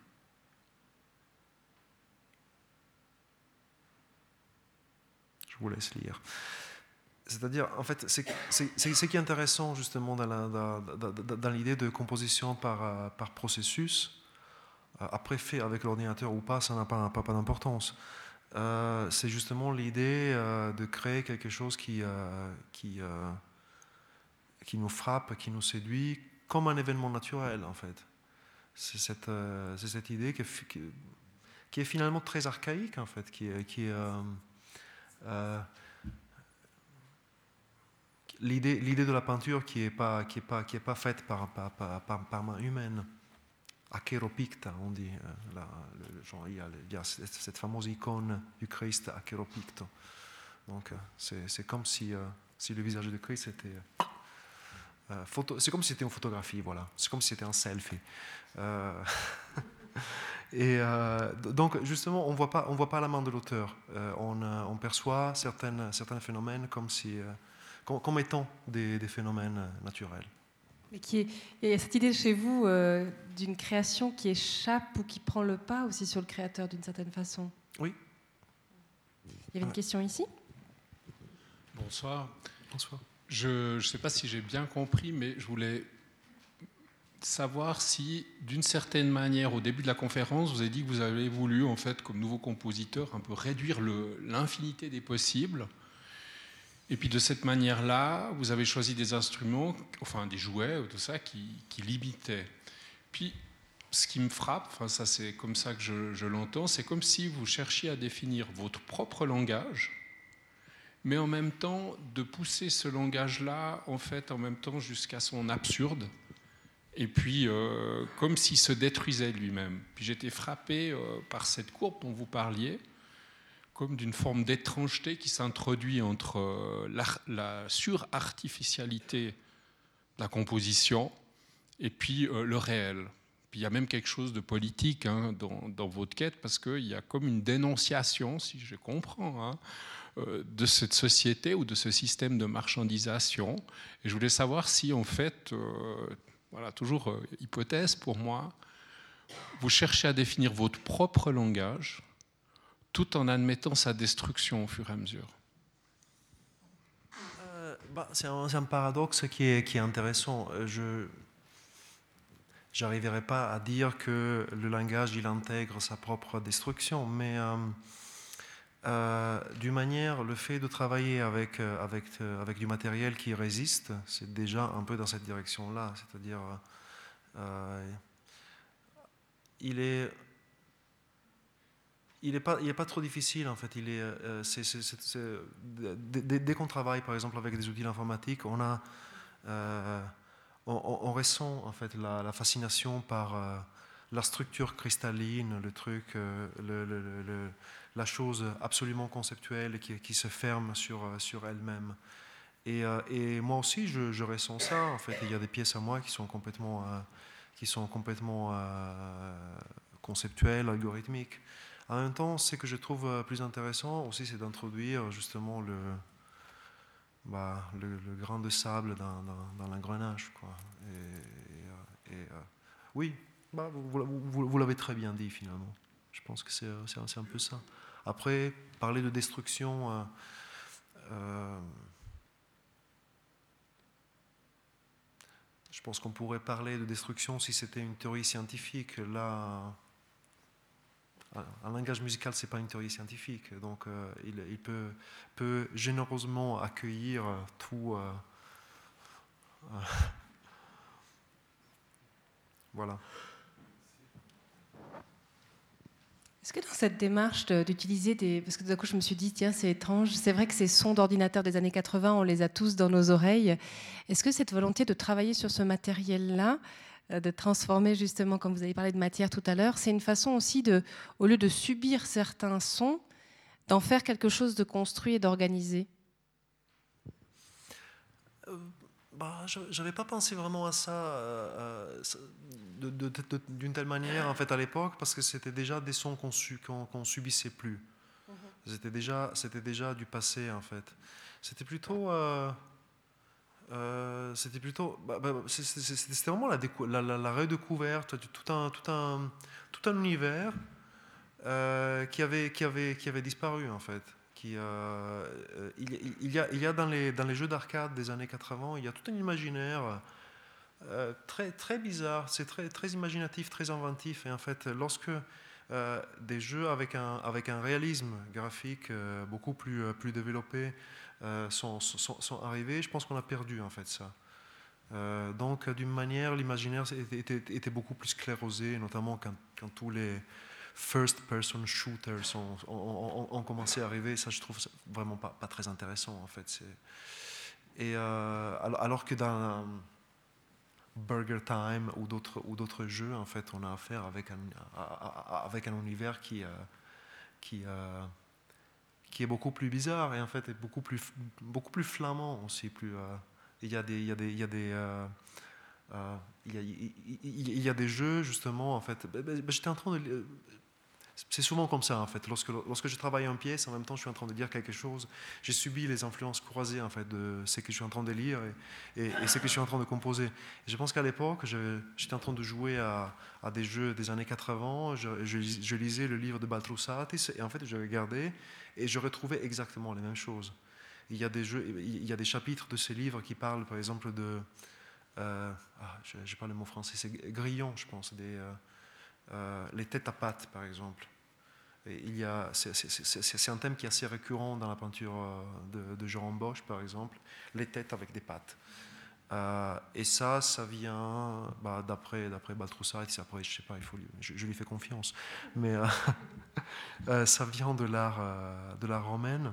Je vous laisse lire. C'est-à-dire, en fait, c'est, c'est, c'est ce qui est intéressant justement dans, la, dans, dans, dans l'idée de composition par, par processus, après fait avec l'ordinateur ou pas, ça n'a pas, pas, pas d'importance. Euh, c'est justement l'idée euh, de créer quelque chose qui, euh, qui, euh, qui nous frappe, qui nous séduit, comme un événement naturel, en fait. C'est cette, euh, c'est cette idée qui est, qui, qui est finalement très archaïque, en fait, qui est... Qui est euh, euh, L'idée, l'idée de la peinture qui n'est pas, qui est pas, qui est pas faite par, par, par, par, par main humaine, Acheropicta, on dit. Là, le, genre, il, y a, il y a cette fameuse icône du Christ, Acheropicto. Donc, c'est, c'est comme si, euh, si le visage de Christ était. Euh, photo, c'est comme si c'était une photographie, voilà. C'est comme si c'était un selfie. Euh, et euh, donc, justement, on ne voit pas, on voit pas la main de l'auteur. Euh, on, on perçoit certaines, certains phénomènes comme si. Euh, comme étant des, des phénomènes naturels. Mais qui est, il y a cette idée chez vous euh, d'une création qui échappe ou qui prend le pas aussi sur le créateur d'une certaine façon. Oui. Il y avait une question ici. Bonsoir. Bonsoir. Je ne sais pas si j'ai bien compris, mais je voulais savoir si, d'une certaine manière, au début de la conférence, vous avez dit que vous avez voulu, en fait, comme nouveau compositeur, un peu réduire le, l'infinité des possibles. Et puis de cette manière-là, vous avez choisi des instruments, enfin des jouets, tout ça, qui, qui limitaient. Puis, ce qui me frappe, enfin ça c'est comme ça que je, je l'entends, c'est comme si vous cherchiez à définir votre propre langage, mais en même temps de pousser ce langage-là, en fait, en même temps jusqu'à son absurde, et puis euh, comme s'il se détruisait lui-même. Puis j'étais frappé euh, par cette courbe dont vous parliez, comme d'une forme d'étrangeté qui s'introduit entre euh, la, la surartificialité de la composition et puis euh, le réel. Puis il y a même quelque chose de politique hein, dans, dans votre quête, parce qu'il y a comme une dénonciation, si je comprends, hein, euh, de cette société ou de ce système de marchandisation. Et je voulais savoir si, en fait, euh, voilà, toujours euh, hypothèse pour moi, vous cherchez à définir votre propre langage tout en admettant sa destruction au fur et à mesure. Euh, bah, c'est, un, c'est un paradoxe qui est, qui est intéressant. Je n'arriverai pas à dire que le langage il intègre sa propre destruction, mais euh, euh, d'une manière, le fait de travailler avec, avec, avec du matériel qui résiste, c'est déjà un peu dans cette direction-là. C'est-à-dire, euh, il est Il n'est pas, il est pas trop difficile en fait. Il est, euh, c'est, c'est, c'est, c'est, dès, dès qu'on travaille par exemple avec des outils informatiques, on a, euh, on, on ressent en fait la, la fascination par euh, la structure cristalline, le truc, euh, le, le, le, la chose absolument conceptuelle qui, qui se ferme sur, sur elle-même. Et, euh, et moi aussi, je, je ressens ça. En fait, il y a des pièces à moi qui sont complètement, euh, qui sont complètement euh, conceptuelles, algorithmiques. En même temps, ce que je trouve plus intéressant aussi, c'est d'introduire justement le, bah, le, le grain de sable dans, dans, dans l'engrenage, quoi. Et, et, et euh, oui, bah, vous, vous, vous l'avez très bien dit finalement. Je pense que c'est, c'est, c'est un peu ça. Après, parler de destruction, euh, euh, je pense qu'on pourrait parler de destruction si c'était une théorie scientifique. Là, un langage musical, ce n'est pas une théorie scientifique, donc euh, il, il peut, peut généreusement accueillir tout. Euh, euh, voilà. Est-ce que dans cette démarche de, d'utiliser des... Parce que tout d'un coup, je me suis dit, tiens, c'est étrange. C'est vrai que ces sons d'ordinateur des années quatre-vingts, on les a tous dans nos oreilles. Est-ce que cette volonté de travailler sur ce matériel-là, de transformer justement, comme vous avez parlé de matière tout à l'heure, c'est une façon aussi de, au lieu de subir certains sons, d'en faire quelque chose de construit et d'organisé? euh, bah, Je n'avais pas pensé vraiment à ça euh, de, de, de, d'une telle manière en fait, à l'époque, parce que c'était déjà des sons qu'on su, qu'on, qu'on subissait plus. Mm-hmm. C'était déjà, c'était déjà du passé, en fait. C'était plutôt... Euh, Euh, c'était plutôt, bah, bah, c'était, c'était vraiment la, décou- la, la, la redécouverte de tout un, tout un, tout un univers euh, qui, avait, qui, avait, qui avait disparu en fait. Qui, euh, il, il, y a, il y a dans les, dans les jeux d'arcade des années quatre-vingts, il y a tout un imaginaire euh, très, très bizarre, c'est très, très imaginatif, très inventif. Et en fait, lorsque euh, des jeux avec un, avec un réalisme graphique euh, beaucoup plus, plus développé Euh, sont, sont, sont arrivés, je pense qu'on a perdu en fait ça. Euh, donc d'une manière, l'imaginaire était, était, était beaucoup plus sclérosé, notamment quand, quand tous les first-person shooters ont, ont, ont, ont commencé à arriver. Ça, je trouve ça vraiment pas, pas très intéressant en fait. C'est... Et euh, alors que dans Burger Time ou d'autres, ou d'autres jeux, en fait, on a affaire avec un, avec un univers qui, euh, qui euh, qui est beaucoup plus bizarre et en fait est beaucoup plus, beaucoup plus flamand aussi. Plus, euh, il y a des, il y a des, il y a des, euh, euh, il, y a, il, il, il y a des jeux justement en fait. Ben, ben, j'étais en train de, c'est souvent comme ça en fait. Lorsque, lorsque je travaille en pièce, en même temps je suis en train de dire quelque chose. J'ai subi les influences croisées en fait de ce que je suis en train de lire et, et, et ce que je suis en train de composer. Et je pense qu'à l'époque, je, j'étais en train de jouer à, à des jeux des années quatre-vingts. Je, je, je lisais le livre de Baltrusatis et en fait je regardais et je retrouvais exactement les mêmes choses. Il y a des jeux, il y a des chapitres de ces livres qui parlent par exemple de euh, ah, je n'ai pas le mot français, c'est grillons, je pense, des, euh, euh, les têtes à pattes, par exemple. Et il y a, c'est, c'est, c'est, c'est un thème qui est assez récurrent dans la peinture de, de Jean Bosch, par exemple, les têtes avec des pattes. Euh, et ça, ça vient bah, d'après, d'après Balthusard. Après, je sais pas, il faut, je, je lui fais confiance. Mais euh, euh, ça vient de l'art, euh, de l'art romaine.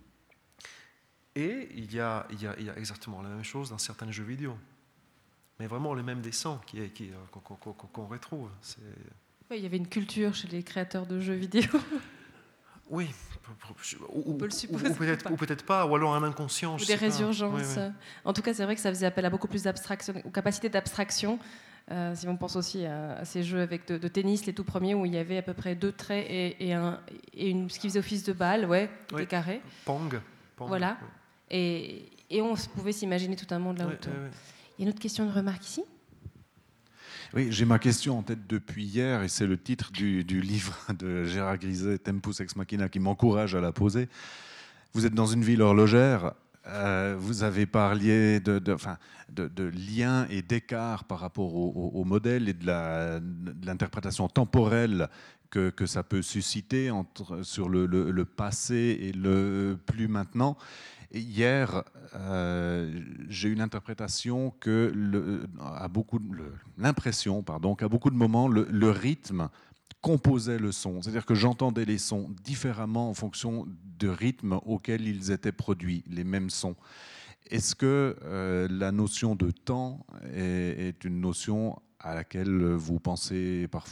Et il y, a, il, y a, il y a exactement la même chose dans certains jeux vidéo. Mais vraiment le même dessin qui, qui, qu'on, qu'on, qu'on retrouve. C'est... Oui, il y avait une culture chez les créateurs de jeux vidéo. Oui, ou, on peut le supposer, ou, ou, peut-être, ou peut-être pas, ou alors un inconscient. Ou des résurgences. Oui, oui. En tout cas, c'est vrai que ça faisait appel à beaucoup plus d'abstraction, aux capacités d'abstraction. Euh, si on pense aussi à, à ces jeux avec de, de tennis, les tout premiers, où il y avait à peu près deux traits et, et, un, et une, ce qui faisait office de balle, ouais, oui. Des carrés. Pong. Pong voilà. Oui. Et, et on pouvait s'imaginer tout un monde là oui, autour. Oui, oui. Il y a une autre question de remarque ici. Oui, j'ai ma question en tête depuis hier et c'est le titre du, du livre de Gérard Griset, Tempus Ex Machina, qui m'encourage à la poser. Vous êtes dans une ville horlogère, euh, vous avez parlé de, de, enfin, de, de liens et d'écarts par rapport au, au, au modèle et de, la, de l'interprétation temporelle que, que ça peut susciter entre, sur le, le, le passé et le plus maintenant. Et hier, euh, j'ai eu une interprétation que, le, à beaucoup, le, l'impression, pardon, qu'à beaucoup de moments, le, le rythme composait le son. C'est-à-dire que j'entendais les sons différemment en fonction du rythme auquel ils étaient produits, les mêmes sons. Est-ce que euh, la notion de temps est, est une notion à laquelle vous pensez parfois ?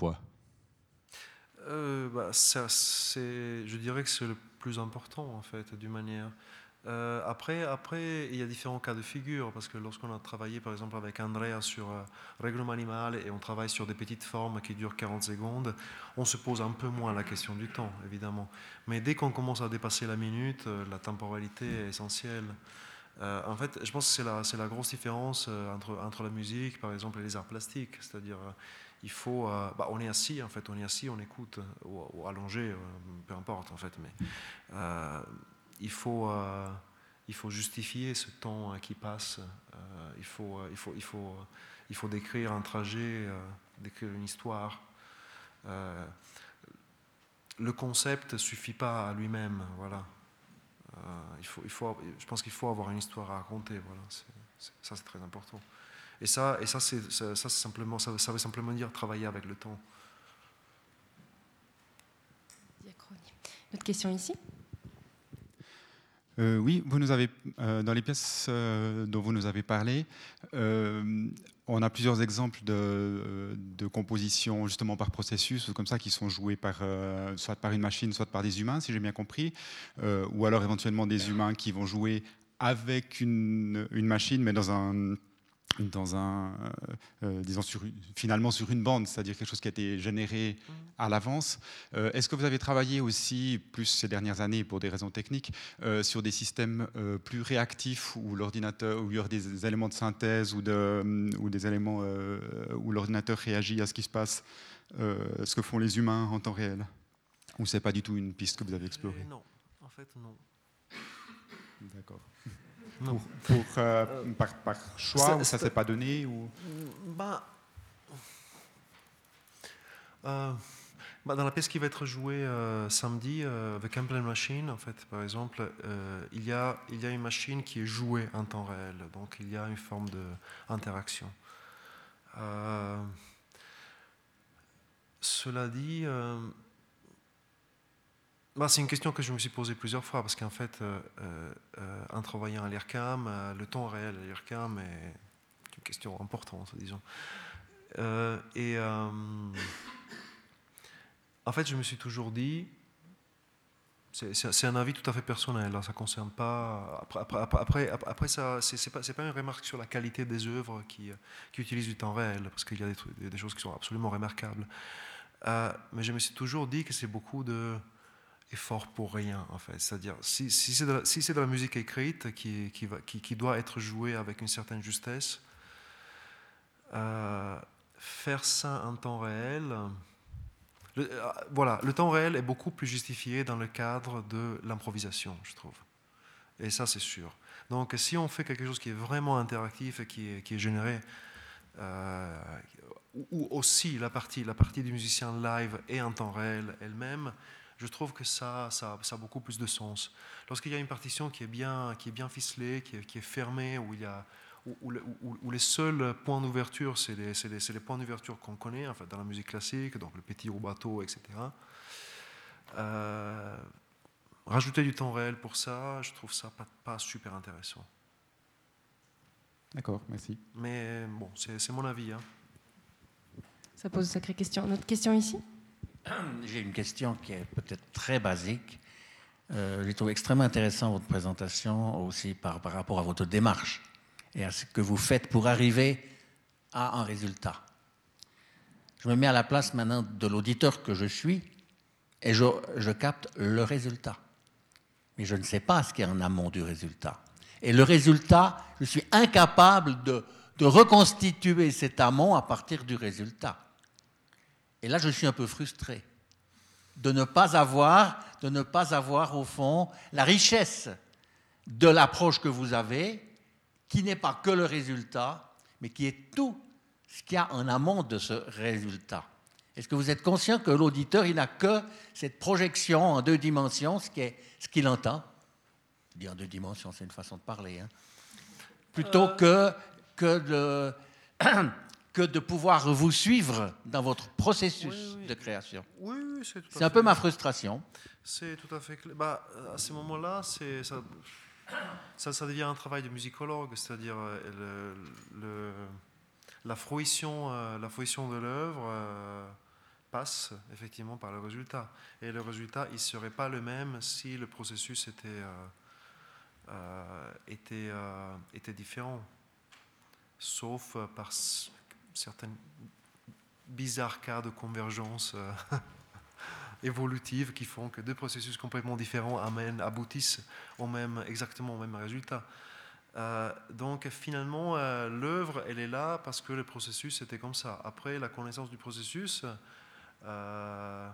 euh, bah, ça, c'est, Je dirais que c'est le plus important, en fait, d'une manière... Euh, après, après, il y a différents cas de figure, parce que lorsqu'on a travaillé par exemple avec Andrea sur euh, Regnum Animal et on travaille sur des petites formes qui durent quarante secondes, on se pose un peu moins la question du temps, évidemment. Mais dès qu'on commence à dépasser la minute, euh, la temporalité est essentielle. Euh, en fait, je pense que c'est la, c'est la grosse différence euh, entre, entre la musique, par exemple, et les arts plastiques. C'est-à-dire, euh, il faut, euh, bah, on est assis, en fait, on est assis, on écoute, ou, ou allongé, euh, peu importe, en fait, mais... Euh, Il faut, euh, il faut justifier ce temps euh, qui passe. Euh, il, faut, euh, il, faut, il, faut, euh, il faut décrire un trajet, euh, décrire une histoire. Euh, le concept ne suffit pas à lui-même. Voilà. Euh, il faut, il faut, je pense qu'il faut avoir une histoire à raconter. Voilà. C'est, c'est, ça, c'est très important. Et ça, et ça, c'est, ça, ça, c'est simplement, ça, ça veut simplement dire travailler avec le temps. Diachronie. Une autre question ici ? Euh, oui, vous nous avez, euh, dans les pièces euh, dont vous nous avez parlé, euh, on a plusieurs exemples de, de compositions justement par processus, comme ça, qui sont jouées par, euh, soit par une machine, soit par des humains, si j'ai bien compris, euh, ou alors éventuellement des humains qui vont jouer avec une, une machine, mais dans un... dans un, euh, euh, disons sur, finalement sur une bande, c'est-à-dire quelque chose qui a été généré à l'avance. Euh, est-ce que vous avez travaillé aussi, plus ces dernières années pour des raisons techniques, euh, sur des systèmes euh, plus réactifs où l'ordinateur, où il y a des éléments de synthèse ou, de, ou des éléments euh, où l'ordinateur réagit à ce qui se passe, euh, ce que font les humains en temps réel? Ou c'est pas du tout une piste que vous avez explorée? Non, en fait non. D'accord. Pour, pour, euh, par, par choix, ça, ou ça ne s'est pas donné ou... bah, euh, bah, dans la pièce qui va être jouée euh, samedi, euh, The Campbell Machine, en fait, par exemple, euh, il, y a, il y a une machine qui est jouée en temps réel, donc il y a une forme d'interaction. Euh, cela dit... Euh, Bah, c'est une question que je me suis posée plusieurs fois, parce qu'en fait, euh, euh, en travaillant à l'I R C A M, euh, le temps réel à l'I R C A M est une question importante, disons. Euh, et euh, en fait, je me suis toujours dit, c'est, c'est, c'est un avis tout à fait personnel, hein, ça ne concerne pas... Après, après, après, après ça, c'est, c'est, pas, c'est pas une remarque sur la qualité des œuvres qui, qui utilisent du temps réel, parce qu'il y a des, trucs, des choses qui sont absolument remarquables. Euh, mais je me suis toujours dit que c'est beaucoup de... effort pour rien, en fait. C'est-à-dire, si, si, c'est de la, si c'est de la musique écrite qui, qui, va, qui, qui doit être jouée avec une certaine justesse, euh, faire ça en temps réel... Le, euh, voilà, le temps réel est beaucoup plus justifié dans le cadre de l'improvisation, je trouve. Et ça, c'est sûr. Donc, si on fait quelque chose qui est vraiment interactif et qui est, qui est généré, euh, ou aussi la partie, la partie du musicien live et en temps réel elle-même, je trouve que ça, ça, ça a beaucoup plus de sens. Lorsqu'il y a une partition qui est bien, qui est bien ficelée, qui est, qui est fermée, où, il y a, où, où, où, où les seuls points d'ouverture, c'est les, c'est les, c'est les points d'ouverture qu'on connaît en fait, dans la musique classique, donc le petit rubato, et cetera. Euh, rajouter du temps réel pour ça, je trouve ça pas, pas super intéressant. D'accord, merci. Mais bon, c'est, c'est mon avis. Hein. Ça pose une sacrée question. Une autre question ici ? J'ai une question qui est peut-être très basique. Euh, j'ai trouvé extrêmement intéressant votre présentation aussi par, par rapport à votre démarche et à ce que vous faites pour arriver à un résultat. Je me mets à la place maintenant de l'auditeur que je suis et je, je capte le résultat. Mais je ne sais pas ce qu'il y a en amont du résultat. Et le résultat, je suis incapable de, de reconstituer cet amont à partir du résultat. Et là, je suis un peu frustré de ne pas avoir, de ne pas avoir au fond, la richesse de l'approche que vous avez, qui n'est pas que le résultat, mais qui est tout ce qu'il y a en amont de ce résultat. Est-ce que vous êtes conscient que l'auditeur, il n'a que cette projection en deux dimensions, ce, qui est, ce qu'il entend? Je dis en deux dimensions, c'est une façon de parler. Hein. Plutôt euh... que, que de... que de pouvoir vous suivre dans votre processus oui, oui. de création. Oui, oui, c'est tout à C'est un fait... peu ma frustration. C'est tout à fait clair. Bah, à ce moment-là, c'est, ça, ça, ça devient un travail de musicologue, c'est-à-dire le, le, la, fruition, la fruition de l'œuvre euh, passe effectivement par le résultat. Et le résultat, il ne serait pas le même si le processus était, euh, euh, était, euh, était différent. Sauf par certains bizarres cas de convergence euh, évolutive qui font que deux processus complètement différents amènent, aboutissent au même, exactement au même résultat. Euh, donc finalement, euh, l'œuvre, elle est là parce que le processus était comme ça. Après, la connaissance du processus, euh,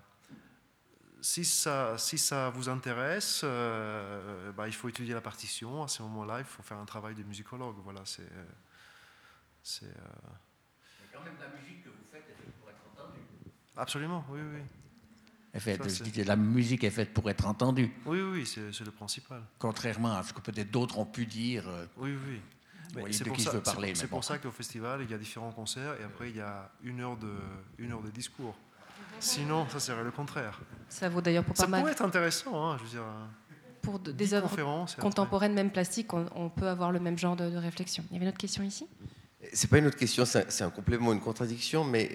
si, ça, si ça vous intéresse, euh, bah, il faut étudier la partition. À ce moment-là, il faut faire un travail de musicologue. Voilà, c'est... c'est euh... quand même, la musique que vous faites est faite pour être entendue. Absolument, oui, oui. Elle fait, Ça, je dis, la musique est faite pour être entendue. Oui, oui, c'est, c'est le principal. Contrairement à ce que peut-être d'autres ont pu dire. Oui, oui. Mais Mais c'est de pour qui ça, je veux parler. C'est, c'est bon. pour ça qu'au festival, il y a différents concerts et après, il y a une heure de, une heure de discours. Sinon, ça serait le contraire. Ça vaut d'ailleurs pour pas ça mal. Ça pourrait être intéressant, hein, je veux dire. Pour de, des œuvres contemporaines, même plastiques, on, on peut avoir le même genre de, de réflexion. Il y avait une autre question ici ? C'est pas une autre question, c'est un, c'est un complément, une contradiction, mais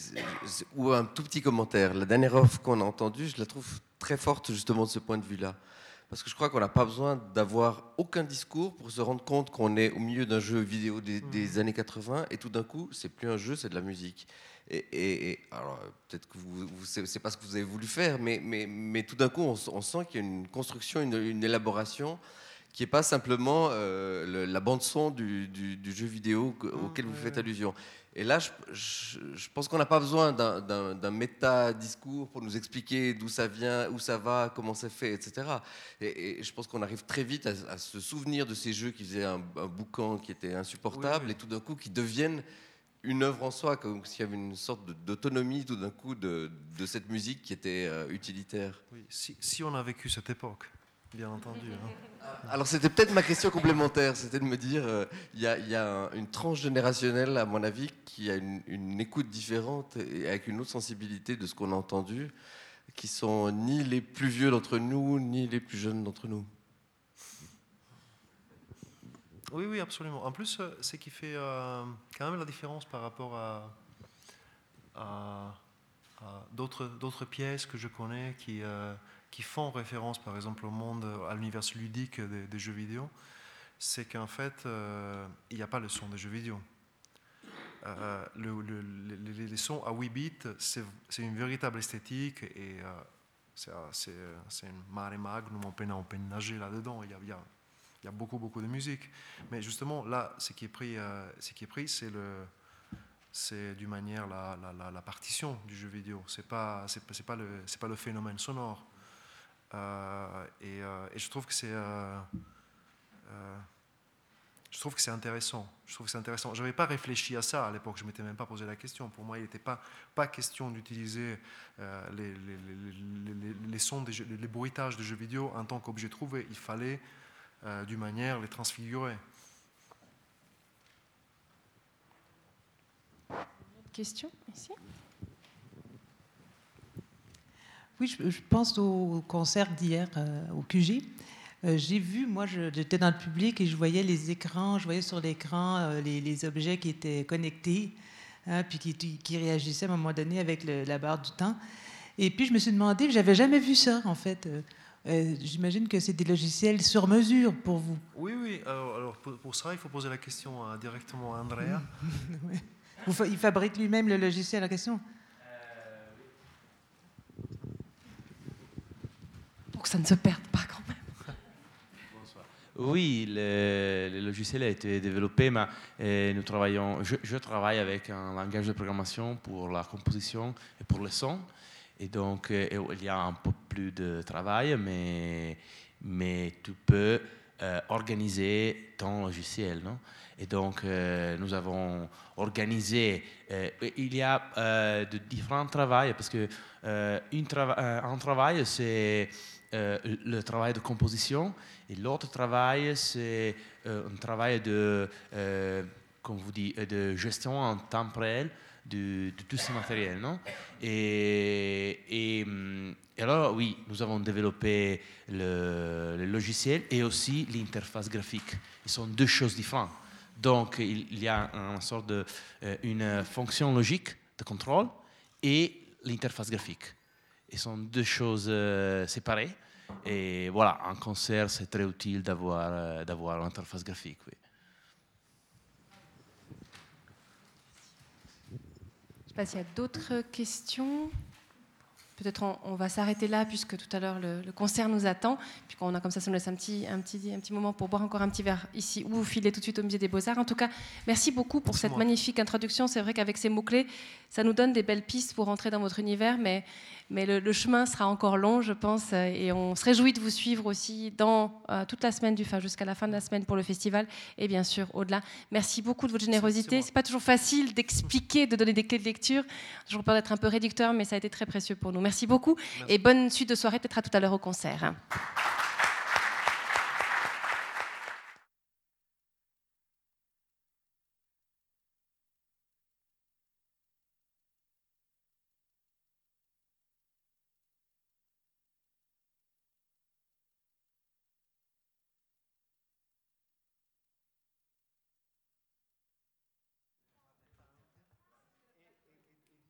ou un tout petit commentaire. La dernière offre qu'on a entendue, je la trouve très forte justement de ce point de vue-là. Parce que je crois qu'on n'a pas besoin d'avoir aucun discours pour se rendre compte qu'on est au milieu d'un jeu vidéo des, des années quatre-vingts et tout d'un coup, c'est plus un jeu, c'est de la musique. Et, et, et alors, peut-être que vous, vous c'est pas ce que vous avez voulu faire, mais, mais, mais tout d'un coup, on, on sent qu'il y a une construction, une, une élaboration qui n'est pas simplement euh, le, la bande-son du, du, du jeu vidéo auquel vous faites allusion. Et là, je, je, je pense qu'on n'a pas besoin d'un, d'un, d'un méta-discours pour nous expliquer d'où ça vient, où ça va, comment c'est fait, et cetera. Et, et je pense qu'on arrive très vite à, à se souvenir de ces jeux qui faisaient un, un boucan qui était insupportable, oui, oui. et tout d'un coup qui deviennent une œuvre en soi, comme s'il y avait une sorte de, d'autonomie tout d'un coup de, de cette musique qui était euh, utilitaire. Oui, si, si on a vécu cette époque. Bien entendu. Hein. Alors c'était peut-être ma question complémentaire, c'était de me dire, il euh, y a, y a un, une tranche générationnelle, à mon avis, qui a une, une écoute différente et avec une autre sensibilité de ce qu'on a entendu, qui sont ni les plus vieux d'entre nous, ni les plus jeunes d'entre nous. Oui, oui, absolument. En plus, c'est qui fait euh, quand même la différence par rapport à, à, à d'autres, d'autres pièces que je connais qui... Euh, qui font référence, par exemple, au monde, à l'univers ludique des, des jeux vidéo, c'est qu'en fait, euh, il n'y a pas le son des jeux vidéo. Euh, le, le, les, les sons à huit bits, c'est, c'est une véritable esthétique et euh, c'est, c'est, c'est une mare magnum, on peut, on peut nager là-dedans. Il y a, il y a, il y a beaucoup, beaucoup de musique. Mais justement, là, ce qui est pris, euh, ce qui est pris, c'est le... c'est d'une manière la, la, la, la partition du jeu vidéo. C'est pas, c'est, c'est pas le, c'est pas le phénomène sonore. Euh, et, euh, et je trouve que c'est, euh, euh, je trouve que c'est intéressant. Je trouve que c'est intéressant. Je n'avais pas réfléchi à ça à l'époque, je ne m'étais même pas posé la question. Pour moi, il n'était pas, pas question d'utiliser euh, les, les, les, les, les sons, des jeux, les bruitages de jeux vidéo en tant qu'objet trouvé. Il fallait, euh, d'une manière, les transfigurer. Question ici. Oui, je, je pense au concert d'hier euh, au Q J. Euh, j'ai vu, moi je, j'étais dans le public et je voyais les écrans, je voyais sur l'écran euh, les, les objets qui étaient connectés, hein, puis qui, qui réagissaient à un moment donné avec le, la barre du temps. Et puis je me suis demandé, j'avais jamais vu ça en fait. Euh, euh, j'imagine que c'est des logiciels sur mesure pour vous. Oui, oui. Alors, alors pour, pour ça, il faut poser la question à, directement à Andrea. Ouais. Vous, il fabrique lui-même le logiciel en question? Pour que ça ne se perde pas quand même. Bonsoir. Oui, le, le logiciel a été développé, mais euh, nous travaillons, je, je travaille avec un langage de programmation pour la composition et pour le son. Et donc, euh, il y a un peu plus de travail, mais, mais tu peux euh, organiser ton logiciel, non? Et donc, euh, nous avons organisé, euh, il y a euh, de différents travaux, parce que euh, une trava- euh, un travail, c'est euh, le travail de composition, et l'autre travail, c'est euh, un travail de, euh, comme vous dites, de gestion en temps réel de, de tout ce matériel, non? Et, et, et alors, oui, nous avons développé le, le logiciel et aussi l'interface graphique. Ils sont deux choses différentes. Donc, il y a une sorte de euh, une fonction logique de contrôle et l'interface graphique. Ce sont deux choses euh, séparées. Et voilà, en concert, c'est très utile d'avoir euh, d'avoir l'interface graphique. Oui. Je ne sais pas s'il y a d'autres questions. Peut-être on, on va s'arrêter là, puisque tout à l'heure le, le concert nous attend. Puis quand on a comme ça, ça nous laisse un petit, un, petit, un petit moment pour boire encore un petit verre ici, ou vous filez tout de suite au Musée des Beaux-Arts. En tout cas, merci beaucoup pour cette magnifique introduction. C'est vrai qu'avec ces mots-clés, ça nous donne des belles pistes pour entrer dans votre univers, mais, mais le, le chemin sera encore long, je pense, et on se réjouit de vous suivre aussi dans euh, toute la semaine, du, enfin, jusqu'à la fin de la semaine pour le festival, et bien sûr au-delà. Merci beaucoup de votre générosité. C'est pas toujours facile d'expliquer, de donner des clés de lecture. Je peur d'être un peu réducteur, mais ça a été très précieux pour nous. Merci beaucoup. Merci. Et bonne suite de soirée, peut-être à tout à l'heure au concert.